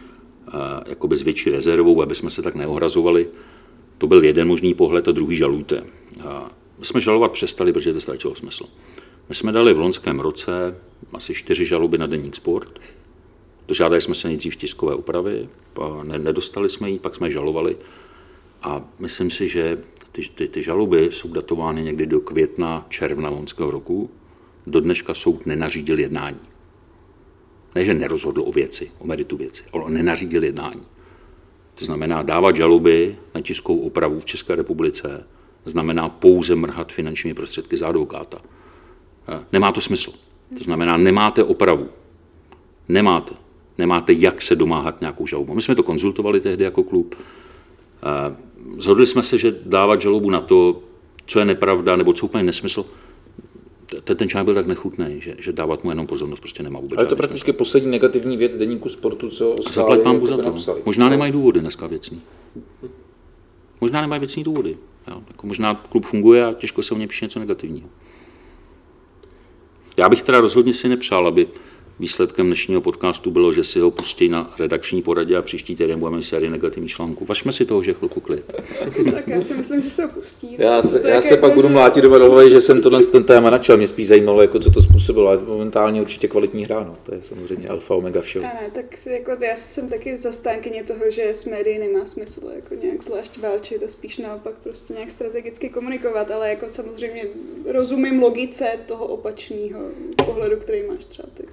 jako bez větší rezervou, aby jsme se tak neohrazovali. To byl jeden možný pohled a druhý žalujte. My jsme žalovat přestali, protože to ztratilo smysl. My jsme dali v loňském roce asi čtyři žaloby na Deník Sport. Dožádali jsme se nejdřív tiskové úpravy, nedostali jsme ji, pak jsme žalovali. A myslím si, že ty, ty, ty žaloby jsou datovány někdy do května, června loňského roku. Do dneška soud nenařídil jednání. Ne, že nerozhodl o věci, o meritu věci, ale nenařídil jednání. To znamená, dávat žaloby na tiskovou opravu v České republice znamená pouze mrhat finančními prostředky za advokáta. Nemá to smysl. To znamená, nemáte opravu. Nemáte. Nemáte, jak se domáhat nějakou žalobu. My jsme to konzultovali tehdy jako klub. Zhodli jsme se, že dávat žalobu na to, co je nepravda, nebo co úplně nesmysl, ten článek byl tak nechutný, že, že dávat mu jenom pozornost prostě nemá vůbec. Ale to prakticky smysl. Poslední negativní věc Deníku Sportu, co Zaplať pánbu za to. Napsali. Možná nemají důvody dneska věcný. Možná nemají věcný důvody. Jo. Jako možná klub funguje a těžko se o něj píše něco negativního. Já bych teda rozhodně si nepřál, aby výsledkem dnešního podcastu bylo, že si ho pustí na redakční poradě a příští týden budeme sérii negativních článků. Važme si toho, že chvilku klid. Tak já si myslím, že se ho pustí. Já se, já se pak budu mlátit do hlavy, že jsem tohle ten téma načal. Mě spíš zajímalo, jako, co to způsobilo, ale momentálně určitě kvalitní hra. No. To je samozřejmě alfa omega všeho. A ne, tak jako já jsem taky zastánkyně toho, že s médií nemá smysl jako nějak zvlášť válčit a spíš naopak prostě nějak strategicky komunikovat, ale jako samozřejmě rozumím logice toho opačného pohledu, který máš třeba ty.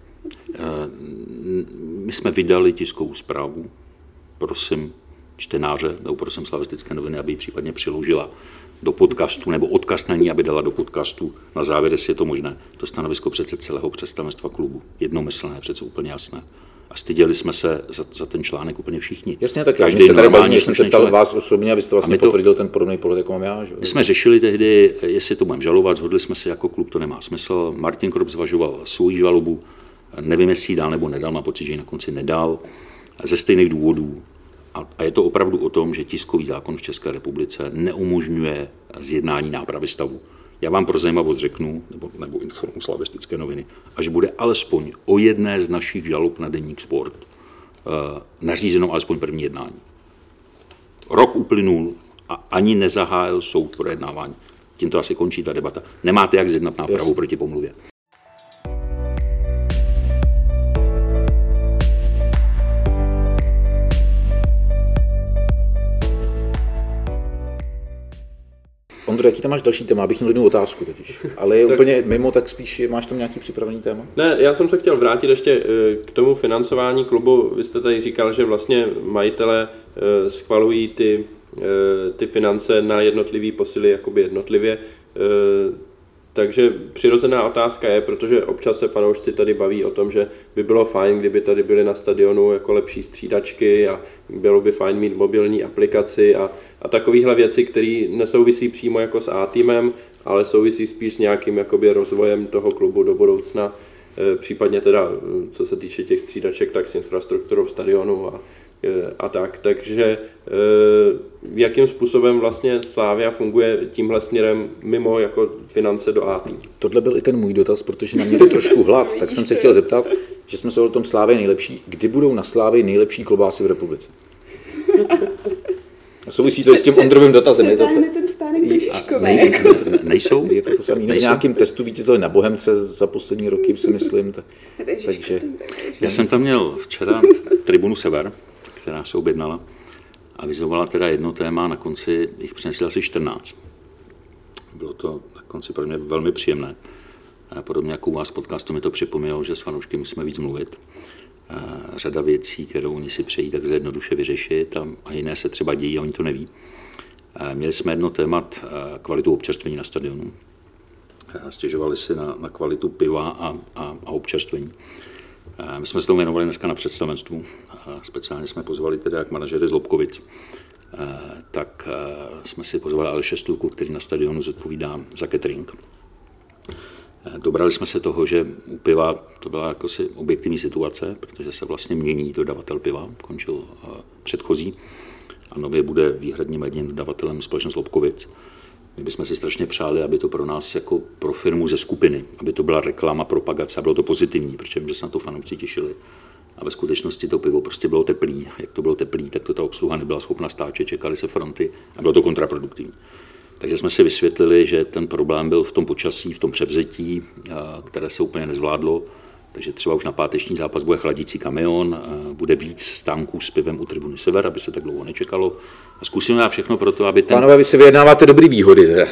My jsme vydali tiskovou zprávu, prosím čtenáře, nebo prosím Slavistické noviny, aby ji případně přiložila do podcastu, nebo odkaz na ní, aby dala do podcastu. Na závěr, jestli je to možné, to stanovisko přece celého představenstva klubu. Jednomyslné, přece úplně jasné. A styděli jsme se za, za ten článek úplně všichni. Jasně, tak každý se tady bavíme, jsem se ptal vás osobně, abyste vlastně to, potvrdil ten podobný pohled, jako mám já. Že? My jsme řešili tehdy, jestli to budeme žalovat, shodli jsme se jako klub, to nemá smysl. Martin Krob zvažoval svou žalobu, nevím, jestli ji dal nebo nedal, má pocit, že ji na konci nedal, ze stejných důvodů. A je to opravdu o tom, že tiskový zákon v České republice neumožňuje zjednání nápravy stavu. Já vám pro zajímavost řeknu, nebo, nebo informuji Slavistické noviny, až bude alespoň o jedné z našich žalob na Deník Sport uh, nařízeno alespoň první jednání. Rok uplynul a ani nezahájil soud projednávání. Tím to asi končí ta debata. Nemáte jak zjednat nápravu yes. proti pomluvě. Ondro, jaký tam máš další téma? Abych měl jednu otázku totiž. Ale je tak... úplně mimo, tak spíš máš tam nějaký připravený téma? Ne, já jsem se chtěl vrátit ještě k tomu financování klubu. Vy jste tady říkal, že vlastně majitele schvalují ty, ty finance na jednotlivý posily jakoby jednotlivě. Takže přirozená otázka je, protože občas se fanoušci tady baví o tom, že by bylo fajn, kdyby tady byly na stadionu jako lepší střídačky a bylo by fajn mít mobilní aplikaci a, a takovéhle věci, které nesouvisí přímo jako s A-týmem, ale souvisí spíš s nějakým jakoby rozvojem toho klubu do budoucna, e, případně teda, co se týče těch střídaček, tak s infrastrukturou stadionu a, e, a tak. Takže e, jakým způsobem vlastně Slavia funguje tímhle směrem mimo jako finance do A-týmu? Tohle byl i ten můj dotaz, protože na mě to trošku hlad, tak jsem se chtěl zeptat, že jsme se o tom Slavii nejlepší, kdy budou na Slavii nejlepší klobásy v republice? Souvisí to s tím Ondrovým dotazem. Je to ten stánek ze Žižkové. Ne, ne, nejsou? Je to to samé. V nějakém testu vítězili na Bohemce za poslední roky, si myslím. Tak, takže... Já jsem tam měl včera tribunu Sever, která se objednala a vyzovala teda jedno téma, na konci jich přinesli asi čtrnáct. Bylo to na konci pro mě velmi příjemné. Podobně jako u vás podcastu mi to připomnělo, že s fanoušky musíme víc mluvit. Řada věcí, kterou oni si přejí tak jednoduše vyřešit a, a jiné se třeba dějí a oni to neví. Měli jsme jedno témat kvalitu občerstvení na stadionu. Stěžovali si na, na kvalitu piva a, a, a občerstvení. My jsme se tomu věnovali dneska na představenstvu. Speciálně jsme pozvali teda jak manažery z Lobkovic. Tak jsme si pozvali Aleše Stulku, který na stadionu zodpovídá za catering. Dobrali jsme se toho, že u piva to byla jakosi objektivní situace, protože se vlastně mění dodavatel piva, končil předchozí a nově bude výhradním jediným dodavatelem společnost Lobkovic. My bychom si strašně přáli, aby to pro nás jako pro firmu ze skupiny, aby to byla reklama, propagace a bylo to pozitivní, protože vím, že se na to fanoušci těšili. A ve skutečnosti to pivo prostě bylo teplý. Jak to bylo teplý, tak to ta obsluha nebyla schopna stáčet, čekali se fronty a bylo to kontraproduktivní. Takže jsme si vysvětlili, že ten problém byl v tom počasí, v tom převzetí, které se úplně nezvládlo. Takže třeba už na páteční zápas bude chladící kamion, bude víc stánků s pivem u tribuny Sever, aby se tak dlouho nečekalo. A zkusíme dát všechno pro to, aby ten... Pánové, vy si vyjednáváte dobrý výhody. Teda.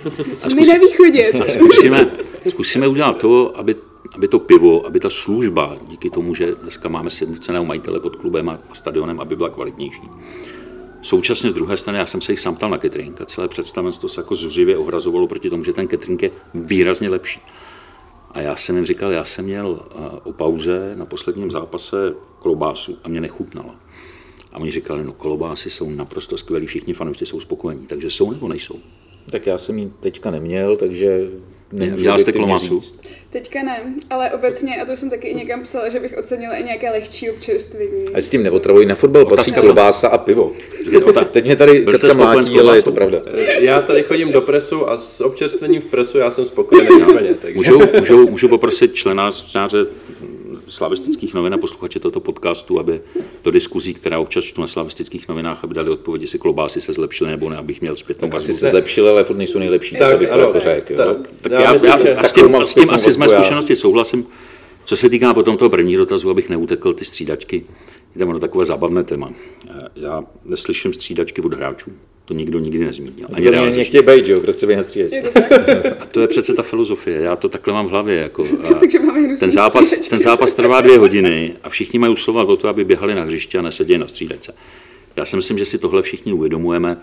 A zkus... My na východě. A zkusíme, zkusíme udělat to, aby, aby to pivo, aby ta služba, díky tomu, že dneska máme sjednoceného majitele pod klubem a stadionem, aby byla kvalitnější. Současně z druhé strany, já jsem se jich sám ptal na catering a celé představenstvo se jako zuřivě ohrazovalo proti tomu, že ten catering je výrazně lepší. A já jsem jim říkal, já jsem měl o pauze na posledním zápase klobásu a mě nechutnala. A oni říkali, no klobásy jsou naprosto skvělí, všichni fanoušci jsou spokojení, takže jsou nebo nejsou? Tak já jsem ji teďka neměl, takže nemůžu Dělal jste klomásu? Teďka ne, ale obecně, a to jsem taky někam psala, že bych ocenila i nějaké lehčí občerstvení. A s tím neotravují, na fotbal patří klobása a pivo. Teď mě tady Katka mlátí, ale je to pravda. Já tady chodím do presu a s občerstvením v presu já jsem spokojený. Takže... Můžu, můžu, můžu poprosit členáře slavistických novin a posluchače tohoto podcastu, aby do diskuzí, která občas čtu na slavistických novinách, aby dali odpovědi, jestli klobásy se zlepšily nebo ne, abych měl zpětnou vazbu. Asi se zlepšily, ale furt nejsou nejlepší, tak, abych to jako řekl. Tak, tak já, já, já, já s tím, s tím asi z mé zkušenosti souhlasím. Co se týká potom toho prvního dotazu, abych neutekl ty střídačky, jdeme na takové zábavné téma. Já neslyším střídačky od hráčů. To nikdo nikdy nezmínil. Ani to mě chtějí bejt, jo, kdo chce být na střídačce. A to je přece ta filozofie, já to takhle mám v hlavě. Jako, ten, zápas, ten zápas trvá dvě hodiny a všichni mají usilovat o to, aby běhali na hřiště a neseděli na střídačce. Já si myslím, že si tohle všichni uvědomujeme.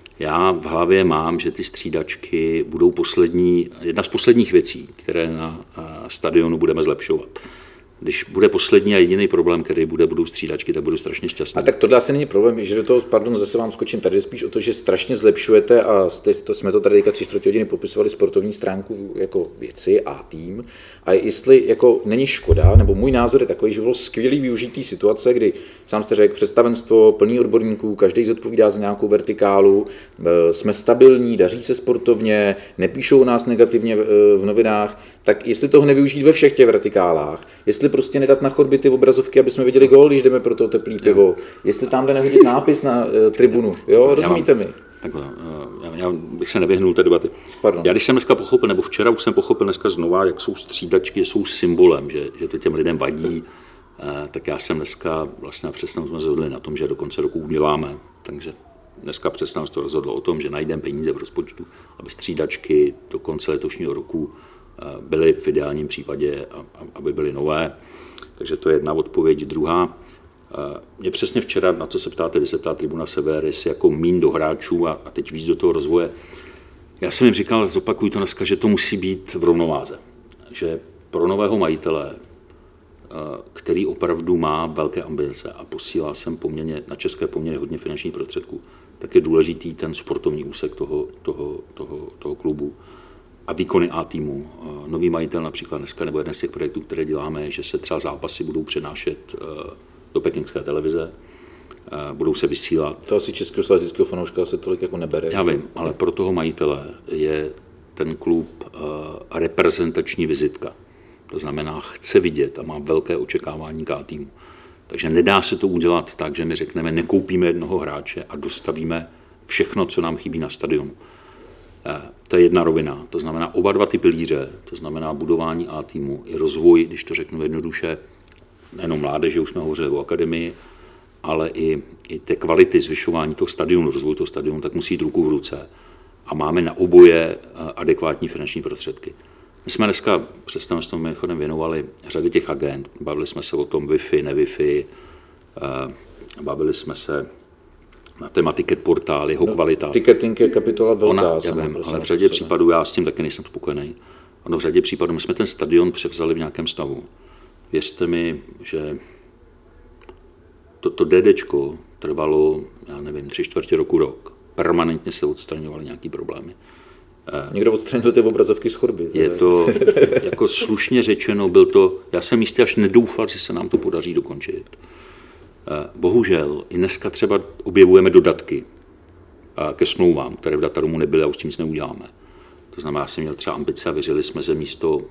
Já v hlavě mám, že ty střídačky budou poslední, jedna z posledních věcí, které na stadionu budeme zlepšovat. Když bude poslední a jediný problém, který bude, budou střídačky, tak budu strašně šťastný. A tak tohle asi není problém, že do toho, pardon, zase vám skočím, tady je spíš o to, že strašně zlepšujete a jste, to jsme to tady teďka tři čtvrtě hodiny popisovali sportovní stránku jako věci a tým. A jestli jako není škoda, nebo můj názor je takový, že bylo skvělý využitý situace, kdy sám jste řekl, představenstvo plný odborníků, každý zodpovídá za nějakou vertikálu, jsme stabilní, daří se sportovně, nepíšou o nás negativně v novinách, tak jestli toho nevyužít ve všech těch vertikálách, jestli prostě nedat na chodby ty obrazovky, aby jsme viděli gól, když jdeme pro to teplý pivo, jo. Jestli tamhle nehodit nápis na uh, tribunu, jo, rozumíte mi? Takhle, já, já bych se nevyhnul té debaty. Pardon. Já když jsem dneska pochopil, nebo včera už jsem pochopil dneska znova, jak jsou střídačky, jsou symbolem, že, že to těm lidem vadí, tak já jsem dneska vlastně přesně jsme zhodli na tom, že do konce roku uděláme, takže dneska představenstvo rozhodlo o tom, že najdeme peníze v rozpočtu, aby střídačky do konce letošního roku byly v ideálním případě, aby byly nové. Takže to je jedna odpověď. Druhá, mě přesně včera, na co se ptáte, vy se ptá Tribuna Sever, jestli jako míň do hráčů a, a teď víc do toho rozvoje. Já jsem jim říkal, zopakuju to dneska, že to musí být v rovnováze. Že pro nového majitele, který opravdu má velké ambice a posílá sem poměrně, na české poměrně hodně finančních prostředků, tak je důležitý ten sportovní úsek toho, toho, toho, toho klubu a výkony A týmu. Nový majitel například dneska, nebo jeden z těch projektů, které děláme, že se třeba zápasy budou přenášet do pekingské televize, budou se vysílat. To asi českého slavického fanouška se tolik jako nebere. Já vím, ale pro toho majitele je ten klub reprezentační vizitka. To znamená, chce vidět a má velké očekávání k týmu. Takže nedá se to udělat tak, že my řekneme, nekoupíme jednoho hráče a dostavíme všechno, co nám chybí na stadionu. To je jedna rovina. To znamená oba dva ty pilíře, to znamená budování A týmu i rozvoj, když to řeknu jednoduše, nejenom mládeže, už jsme hovořili o akademii, ale i, i té kvality zvyšování toho stadionu, rozvoj toho stadionu, tak musí jít ruku v ruce. A máme na oboje adekvátní finanční prostředky. My jsme dneska představenstvom mimochodem věnovali řadě těch agent. Bavili jsme se o tom Wi-Fi, ne-Wi-Fi, bavili jsme se na téma ticket portál, jeho no, kvalita. Ticketing je kapitola velká. Ona, já vím, ale v řadě případů, já s tím taky nejsem spokojený, ono v řadě případů, my jsme ten stadion převzali v nějakém stavu. Věřte mi, že to, to DDčko trvalo, já nevím, tři čtvrtě roku, rok. Permanentně se odstraňovaly nějaký problémy. Někdo odstranil ty obrazovky z chodby. Je to, jako slušně řečeno, byl to, já jsem jistě až nedoufal, že se nám to podaří dokončit. Bohužel i dneska třeba objevujeme dodatky ke smlouvám, které v dataromu nebyly a už s tím nic neuděláme. To znamená, já jsem měl třeba ambice a věřili jsme ze místo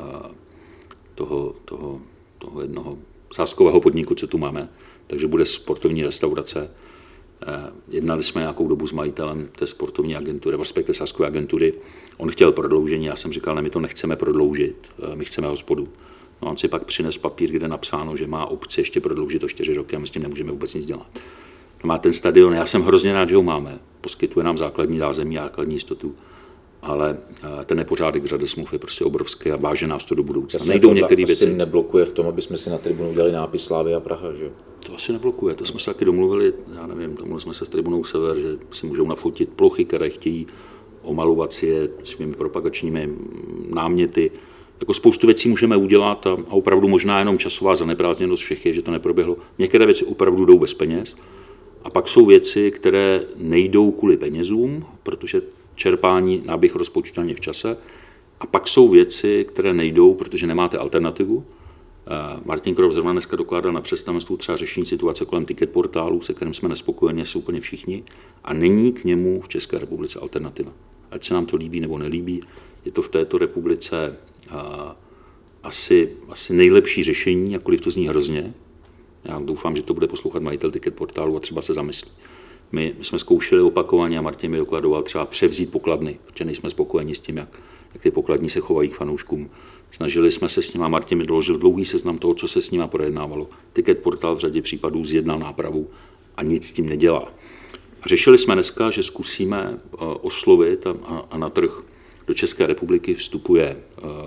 toho, toho, toho jednoho sázkového podniku, co tu máme, takže bude sportovní restaurace. Jednali jsme nějakou dobu s majitelem té sportovní agentury, respektive sázkové agentury. On chtěl prodloužení, já jsem říkal, ne, my to nechceme prodloužit, my chceme hospodu. No, on si pak přines papír, kde je napsáno, že má opci ještě prodloužit o čtyři roky a my s tím nemůžeme vůbec nic dělat. No, má ten stadion, já jsem hrozně rád, že ho máme, poskytuje nám základní zázemí a základní jistotu, ale ten nepořádek v řadě smluv je prostě obrovský a váže nás to do budoucna. Jasně, nejdou to některé věci. Neblokuje v tom, aby jsme si na tribunu udělali nápis Slavia Praha, že jo? To asi neblokuje, to jsme se taky domluvili, já nevím, domluvili jsme se s Tribunou Sever, že si můžou nafotit plochy, které chtějí, omalovat si je svými propagačními náměty. Jako spoustu věcí můžeme udělat a, a opravdu možná jenom časová zaneprázdněnost všech je, že to neproběhlo. Některé věci opravdu jdou bez peněz a pak jsou věci, které nejdou kvůli penězům, protože čerpání náběh rozpočtu v čase, a pak jsou věci, které nejdou, protože nemáte alternativu. Martin Krov zrovna dneska dokládal na představenstvu třeba řešení situace kolem ticket portálu, se kterým jsme nespokojeni, jsou úplně všichni, a není k němu v České republice alternativa. Ať se nám to líbí nebo nelíbí, je to v této republice a, asi, asi nejlepší řešení, jakkoliv to zní hrozně. Já doufám, že to bude poslouchat majitel ticket portálu a třeba se zamyslí. My, my jsme zkoušeli opakovaně a Martin mi dokladoval třeba převzít pokladny, protože nejsme spokojeni s tím, jak, jak ty pokladní se chovají k fanouškům. Snažili jsme se s nimi, Martin mi doložil dlouhý seznam toho, co se s nimi projednávalo. Ticket portál v řadě případů zjednal nápravu a nic s tím nedělá. A řešili jsme dneska, že zkusíme oslovit a, a, a na trh do České republiky vstupuje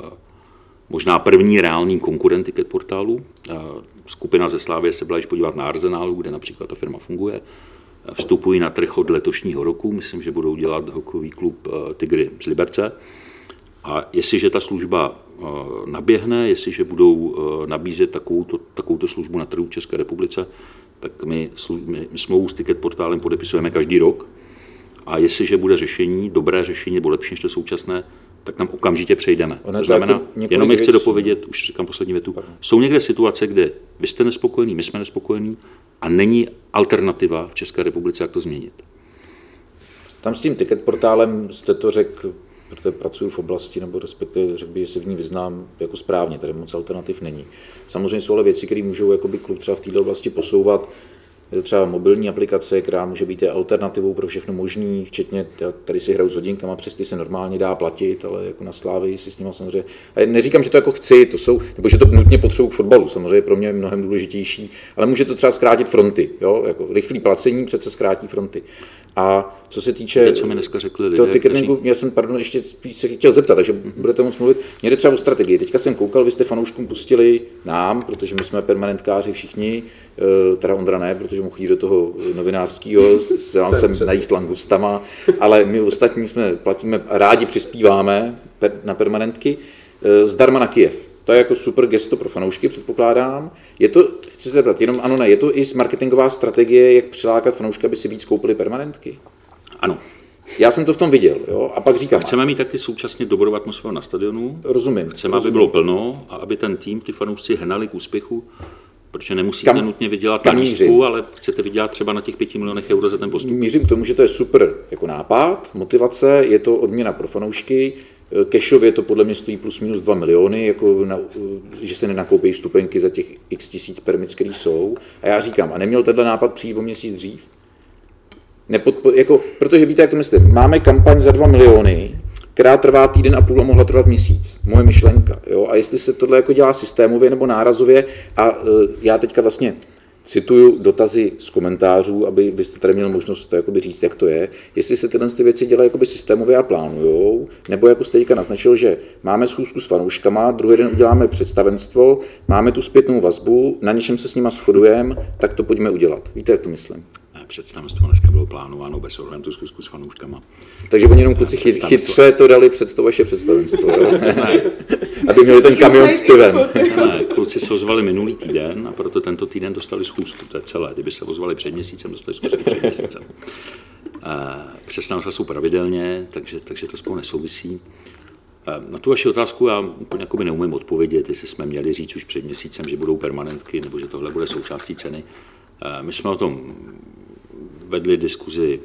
možná první reálný konkurent ticket portálu. Skupina ze Slávie se byla již podívat na Arsenálu, kde například ta firma funguje. Vstupují na trh od letošního roku, myslím, že budou dělat hokejový klub Tigry z Liberce. A jestliže ta služba naběhne, jestliže budou nabízet takovouto, takovouto službu na trhu v České republice, tak my, my, my smlouvu s ticket portálem podepisujeme každý rok. A jestliže bude řešení, dobré řešení nebo lepší než to současné, tak tam okamžitě přejdeme. To znamená, jako jenom mi chci dopovědět, už říkám poslední větu, Pardon. Jsou někde situace, kde vy jste nespokojení, my jsme nespokojení a není alternativa v České republice, jak to změnit. Tam s tím ticket portálem jste to řekl, protože pracuji v oblasti, nebo respektive řekl bych, že se v ní vyznám jako správně, tady moc alternativ není. Samozřejmě jsou ale věci, které můžou jakoby klub třeba v této oblasti posouvat. Je to třeba mobilní aplikace, která může být alternativou pro všechno možný, včetně tady si hraju s hodinkama, přes ty se normálně dá platit, ale jako na Slávii si s nimi samozřejmě. A neříkám, že to jako chci, to jsou, nebo že to nutně potřebuji k fotbalu, samozřejmě pro mě je mnohem důležitější, ale může to třeba zkrátit fronty, jo? Jako rychlé placení přece zkrátí fronty. A co se týče... Víte, co mi dneska řekli lidé, to ticketingu, kteří... já jsem, pardon, ještě spíš se chtěl zeptat, takže mm-hmm. budete moc mluvit. Mě jde třeba o strategii. Teďka jsem koukal, vy jste fanouškům pustili nám, protože my jsme permanentkáři všichni, teda Ondra ne, protože mu chodí do toho novinářského, se vám sem najíst langustama, ale my ostatní jsme platíme, rádi přispíváme per, na permanentky, zdarma na Kyjev. To je jako super gesto pro fanoušky, předpokládám. Je to, chci se zeptat, jenom ano, ne, je to i marketingová strategie, jak přilákat fanoušky, aby si víc koupili permanentky? Ano. Já jsem to v tom viděl, jo, a pak říkám. Chceme mít taky současně dobrou atmosféru na stadionu. Rozumím. Chceme, rozumím. aby bylo plno a aby ten tým, ty fanoušci hnali k úspěchu, protože nemusíte kam, nutně vydělat na lístku, ale chcete vydělat třeba na těch pěti milionech euro za ten postup. Mířím k tomu, že to je super jako nápad, motivace, je to odměna pro fanoušky. Cashově to podle mě stojí plus minus dva miliony, jako na, že se nenakoupí vstupenky za těch x tisíc permic, který jsou. A já říkám, a neměl tenhle nápad přijít o měsíc dřív? Nepodpo, jako, protože víte, jak to myslíte, máme kampaň za dva miliony, která trvá týden a půl a mohla trvat měsíc. Moje myšlenka. Jo? A jestli se tohle jako dělá systémově nebo nárazově, a uh, já teďka vlastně cituju dotazy z komentářů, aby vy jste tady měl možnost to jakoby říct, jak to je. Jestli se tyhle ty věci dělají jakoby systémově a plánujou, nebo jako jste teďka naznačil, že máme schůzku s fanouškama, druhý den uděláme představenstvo, máme tu zpětnou vazbu, na něčem se s nima shodujeme, tak to pojďme udělat. Víte, jak to myslím? Představenstvo dneska bylo plánováno bez ohledu tu schůzku s fanouškama. Takže oni jenom kluci chy, chytře to dali před to vaše představenstvo, jo? Aby měli ten kamion s pivem. Ne, kluci se ozvali minulý týden a proto tento týden dostali schůzku, to je celé. Kdyby se ozvali před měsícem, dostali schůzku před měsícem. Představenstva jsou pravidelně, takže, takže to spolu nesouvisí. Na tu vaši otázku já úplně jakoby neumím odpovědět, jestli jsme měli říct už před měsícem, že budou permanentky, nebo že tohle bude součástí ceny. My jsme o tom vedli diskuzi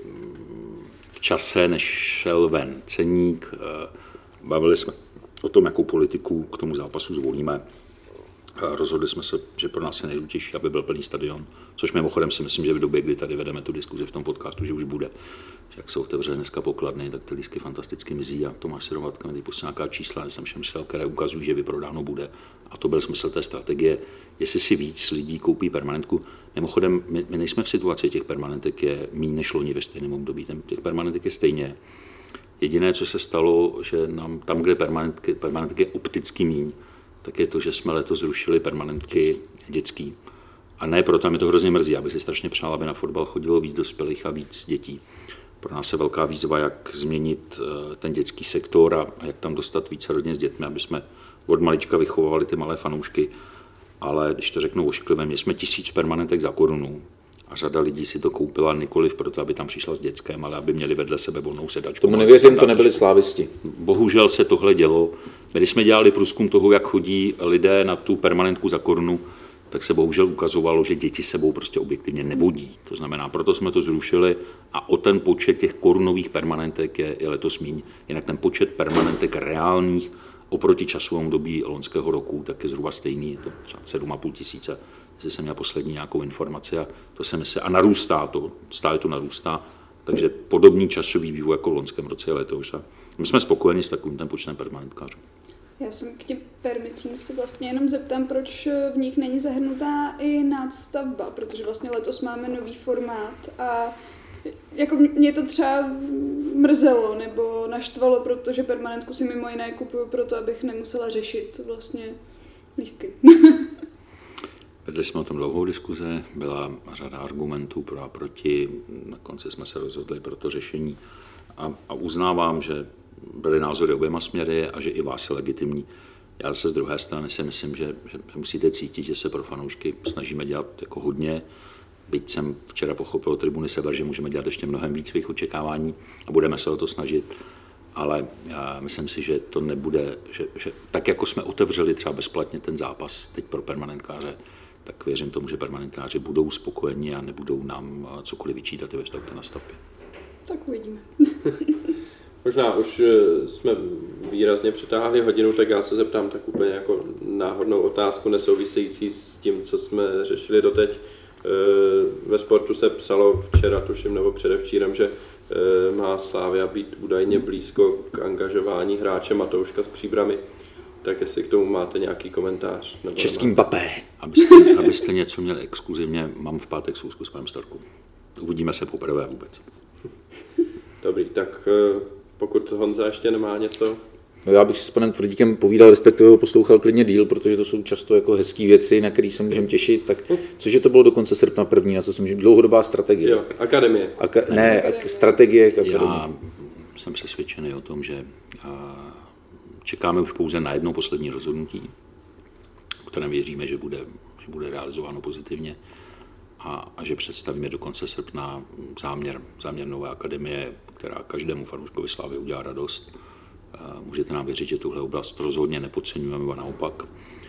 v čase, než šel ven ceník. Bavili jsme o tom, jakou politiku k tomu zápasu zvolíme. Rozhodli jsme se, že pro nás je nejdůležitější, aby byl plný stadion, což mimochodem si myslím, že v době, kdy tady vedeme tu diskuzi v tom podcastu, že už bude. Jak se otevře dneska pokladny, tak ty lístky fantasticky mizí a Tomáš Sirovatka mi posílá nějaká čísla, jsem šel, které ukazují, že vyprodáno bude. A to byl smysl té strategie. Jestli si víc lidí koupí permanentku, mimochodem my, my nejsme v situaci, těch permanentek je méně než loni ve stejném období, těch permanentek je stejně. Jediné, co se stalo, že nám tam, kde permanentky, permanentky je opticky míň, tak je to, že jsme letos zrušili permanentky dětský. A ne proto, mě to hrozně mrzí, já bych si strašně přál, aby na fotbal chodilo víc dospělých a víc dětí. Pro nás je velká výzva, jak změnit ten dětský sektor a jak tam dostat více rodin s dětmi, aby jsme od malička vychovávali ty malé fanoušky. Ale když to řeknu ošklivě, my jsme tisíc permanentek za korunu a řada lidí si to koupila nikoliv proto, aby tam přišla s dětskem, ale aby měli vedle sebe volnou sedačku. Tomu nevěřím, to nebyli slávisti. Bohužel se tohle dělo. My, když jsme dělali průzkum toho, jak chodí lidé na tu permanentku za korunu, tak se bohužel ukazovalo, že děti sebou prostě objektivně nevodí. To znamená, proto jsme to zrušili a o ten počet těch korunových permanentek je, je letos míň. Jinak ten počet permanentek reálných oproti časovému dobí loňského roku tak je zhruba stejný, je to třeba sedm a půl tisíce, jestli jsem měl poslední nějakou informaci a to se myslí, a narůstá to, stále to narůstá, takže podobný časový vývoj jako v loňském roce je letos. My jsme spokojeni s takovým ten počtem permanentkářů. Já jsem k těm permicím se vlastně jenom zeptám, proč v nich není zahrnutá i nástavba, protože vlastně letos máme nový formát a jako mě to třeba mrzelo nebo naštvalo, protože permanentku si mimo jiné kupuju proto, abych nemusela řešit vlastně lístky. Vedli jsme o tom dlouhou diskuze, byla řada argumentů pro a proti, na konci jsme se rozhodli pro to řešení a, a uznávám, že byly názory oběma směry a že i vás je legitimní. Já se z druhé strany si myslím, že, že musíte cítit, že se pro fanoušky snažíme dělat jako hodně. Byť jsem včera pochopil tribuny Sever, že můžeme dělat ještě mnohem víc svých očekávání a budeme se o to snažit. Ale já myslím si, že to nebude, že, že tak jako jsme otevřeli třeba bezplatně ten zápas teď pro permanentkáře, tak věřím tomu, že permanentkáři budou spokojeni a nebudou nám cokoliv vyčítat i ve vstavte na stavbě. Tak uvidíme. Možná už jsme výrazně přetáhli hodinu, tak já se zeptám tak úplně jako náhodnou otázku nesouvisející s tím, co jsme řešili doteď. Ve Sportu se psalo včera, tuším, nebo předevčírem, že má Slavia být údajně blízko k angažování hráče Matouška s Příbrami. Tak jestli k tomu máte nějaký komentář? Nebo Českým Mbappé. Abyste, abyste něco měli exkluzivně, mám v pátek schůzku s panem Storkou. Uvidíme se poprvé vůbec. Dobrý, tak pokud Honza ještě nemá něco... No já bych si s panem Tvrdíkem povídal, respektive ho poslouchal klidně díl, protože to jsou často jako hezké věci, na které se můžeme těšit. Tak cože to bylo do konce srpna první, na co se můžeme... Dlouhodobá strategie. Jo, akademie. Aka- ne, ak- strategie k akademii. Já jsem přesvědčený o tom, že čekáme už pouze na jedno poslední rozhodnutí, o kterém věříme, že bude, že bude realizováno pozitivně a, a že představíme do konce srpna záměr, záměr nové akademie, která každému fanouškovi Slávy udělá radost. Můžete nám věřit, že tuhle oblast rozhodně nepodceňujeme, a naopak.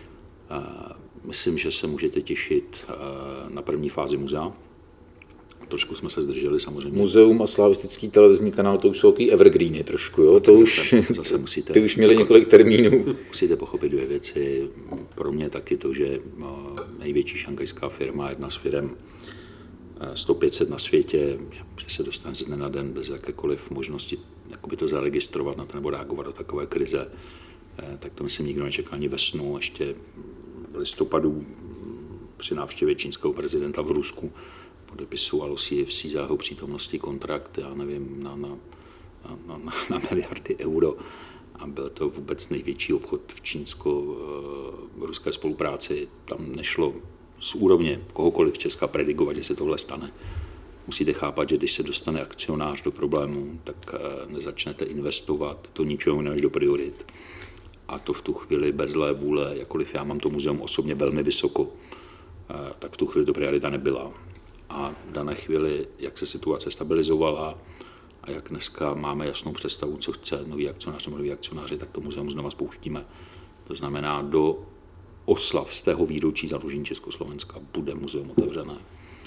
Myslím, že se můžete těšit na první fázi muzea. Trošku jsme se zdrželi samozřejmě. Muzeum a slavistický televizní kanál, to už jsou takový evergreeny trošku, jo? To zase, už, zase musíte, ty už měli několik termínů. Musíte pochopit dvě věci. Pro mě taky to, že největší šanghajská firma, jedna z firm sto pět set na světě, že se dostane ze dne na den bez jakékoliv možnosti jakoby to zaregistrovat na to nebo reagovat do takové krize, tak to myslím nikdo nečekal ani ve snu. Ještě v listopadu při návštěvě čínského prezidenta v Rusku podepisoval C F C za jeho přítomnosti kontrakt, já nevím, na, na, na, na, na miliardy euro. A byl to vůbec největší obchod v čínsko-ruské spolupráci. Tam nešlo z úrovně kohokoliv Česka predikovat, že se tohle stane. Musíte chápat, že když se dostane akcionář do problému, tak nezačnete investovat do ničeho než do priorit. A to v tu chvíli bez zlé vůle, jakkoliv já mám to muzeum osobně velmi vysoko, tak v tu chvíli to priorita nebyla. A v dané chvíli, jak se situace stabilizovala a jak dneska máme jasnou představu, co chce nový akcionář nebo noví akcionáři, tak to muzeum znova spouštíme. To znamená, do oslav z tého výročí založení Československa bude muzeum otevřené.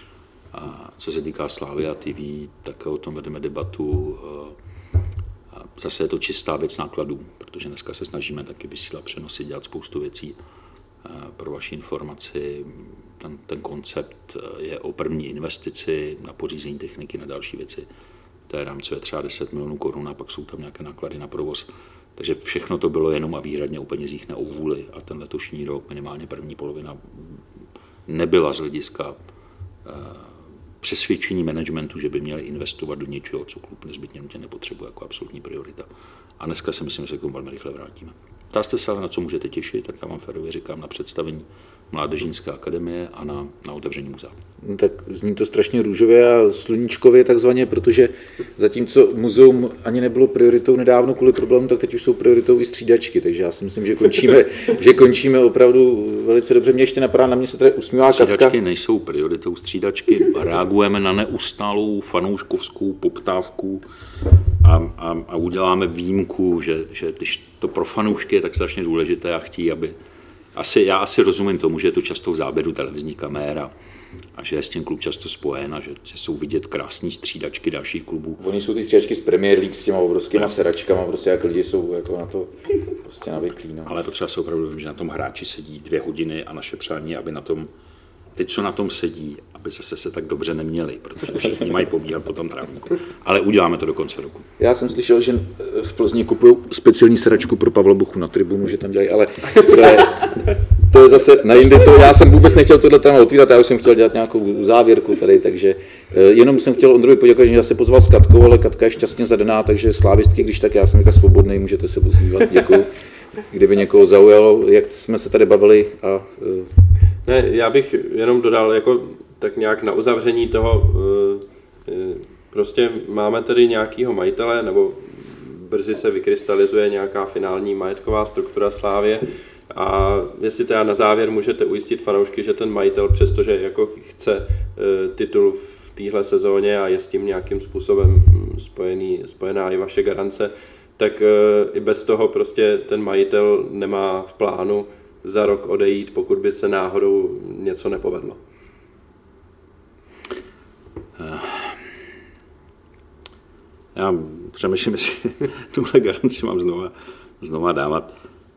A co se týká Slávy a T V, tak o tom vedeme debatu. Zase je to čistá věc nákladů, protože dneska se snažíme taky vysílat přenosy, dělat spoustu věcí. Pro vaši informaci, ten, ten koncept je o první investici na pořízení techniky, na další věci. To je rámcové třeba deset milionů korun a pak jsou tam nějaké náklady na provoz. Takže všechno to bylo jenom a výhradně o penězích, ne o vůli. A ten letošní rok, minimálně první polovina, nebyla z hlediska přesvědčení managementu, že by měli investovat do něčeho, co klub nezbytně nutně nepotřebuje jako absolutní priorita. A dneska si myslím, že se k tomu velmi rychle vrátíme. Ptá jste se, na co můžete těšit, tak já vám férově říkám na představení Mládežnické akademie a na, na otevření muzea. No, tak zní to strašně růžově a sluníčkově takzvaně, protože zatímco muzeum ani nebylo prioritou nedávno kvůli problému, tak teď už jsou prioritou i střídačky, takže já si myslím, že končíme, že končíme opravdu velice dobře. Mě ještě napadá, na mě se tady usmívá Katka. Střídačky nejsou prioritou střídačky, reagujeme na neustálou fanouškovskou poptávku a, a, a uděláme výjimku, že, že když to pro fanoušky je tak strašně důležité a chtějí, aby Asi, já asi rozumím tomu, že je to často v záběru televizní kaméra a že je s tím klub často spojen a že, že jsou vidět krásné střídačky dalších klubů. Oni jsou ty střídačky z Premier League s těma obrovskýma no. seračkama, prostě jak lidi jsou jako na to prostě navyklí. No. Ale potřeba se opravdu vím, že na tom hráči sedí dvě hodiny a naše přání, aby na tom, ty, co na tom sedí, aby zase se tak dobře neměli, protože všichni mají pobíhat po tom trávníku. Ale uděláme to do konce roku. Já jsem slyšel, že v Plzni kupují speciální seračku pro Pavla Buchu na tribunu, že tam dělají, ale to je, to je zase na jindy. To, já jsem vůbec nechtěl tohle téma otvírat, já už jsem chtěl dělat nějakou závěrku tady, takže jenom jsem chtěl Ondrovi poděkovat, že já se pozval s Katkou, ale Katka je šťastně zadaná, takže slávistky, když tak já jsem tak svobodný, můžete se pozývat, děkuju. Kdyby někoho zaujalo, jak jsme se tady bavili a... Ne, já bych jenom dodal jako tak nějak na uzavření toho, prostě máme tady nějakýho majitele, nebo brzy se vykrystalizuje nějaká finální majetková struktura Slávie a jestli teda na závěr můžete ujistit fanoušky, že ten majitel, přestože jako chce titul v téhle sezóně a je s tím nějakým způsobem spojený, spojená i vaše garance, tak i bez toho prostě ten majitel nemá v plánu za rok odejít, pokud by se náhodou něco nepovedlo. Já přemýšlím, jestli tuhle garanci mám znova, znova dávat.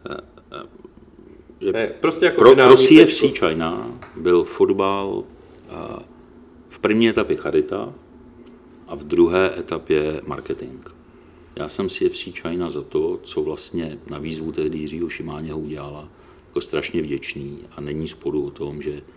Je, ne, prostě jako pro, pro C F C China byl fotbal v první etapě charita a v druhé etapě marketing. Já jsem C F C China za to, co vlastně na výzvu tehdy Jiřího Šimáněho udělala, jako strašně vděčný a není sporu o tom, že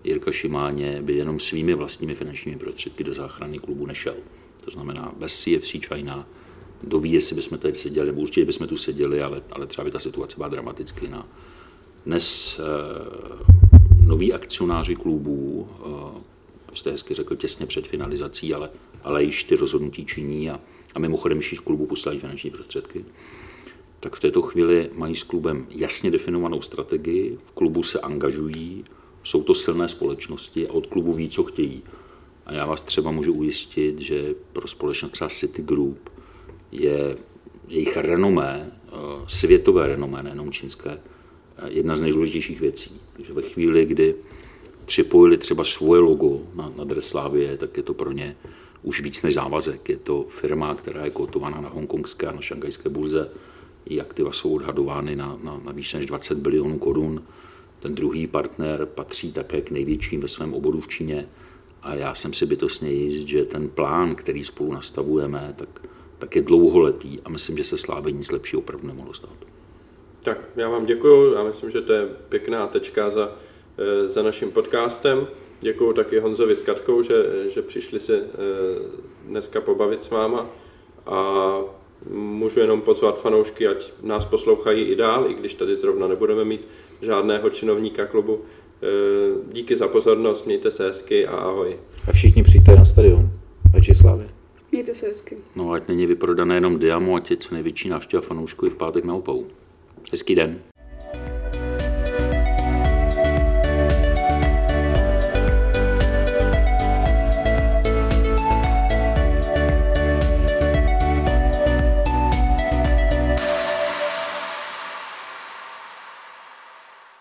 Jirka Šimáně by jenom svými vlastními finančními prostředky do záchrany klubu nešel. To znamená bez C F C China, kdo ví, jestli bychom tady seděli, nebo určitě bychom tu seděli, ale, ale třeba by ta situace byla dramaticky jiná. Dnes eh, noví akcionáři klubů, eh, jste hezky řekl, těsně před finalizací, ale, ale již ty rozhodnutí činí a, a mimochodem všich klubů posílají finanční prostředky, tak v této chvíli mají s klubem jasně definovanou strategii, v klubu se angažují, jsou to silné společnosti a od klubu ví, co chtějí. A já vás třeba můžu ujistit, že pro společnost třeba City Group je jejich renomé, světové renomé, nejenom čínské, jedna z nejdůležitějších věcí. Takže ve chvíli, kdy připojili třeba svoje logo na, na dres Slavie, tak je to pro ně už víc než závazek. Je to firma, která je kotovaná na hongkongské a na šanghajské burze. Její aktiva jsou odhadovány na, na, na více než dvacet bilionů korun. Ten druhý partner patří také k největším ve svém oboru v Číně. A já jsem si bytostně jist, že ten plán, který spolu nastavujeme, tak, tak je dlouholetý a myslím, že se Slávě nic lepšího opravdu nemohlo stát. Tak, já vám děkuju. Já myslím, že to je pěkná tečka za, za naším podcastem. Děkuju taky Honzovi s Katkou, že, že přišli si dneska pobavit s váma. A můžu jenom pozvat fanoušky, ať nás poslouchají i dál, i když tady zrovna nebudeme mít žádného činovníka klubu. Díky za pozornost, mějte se hezky a ahoj. A všichni přijďte na stadion, ať je Slavie. Mějte se hezky. No ať není vyprodané jenom Diamo, ať je co největší návštěva fanoušků i v pátek na Opavu. Hezký den.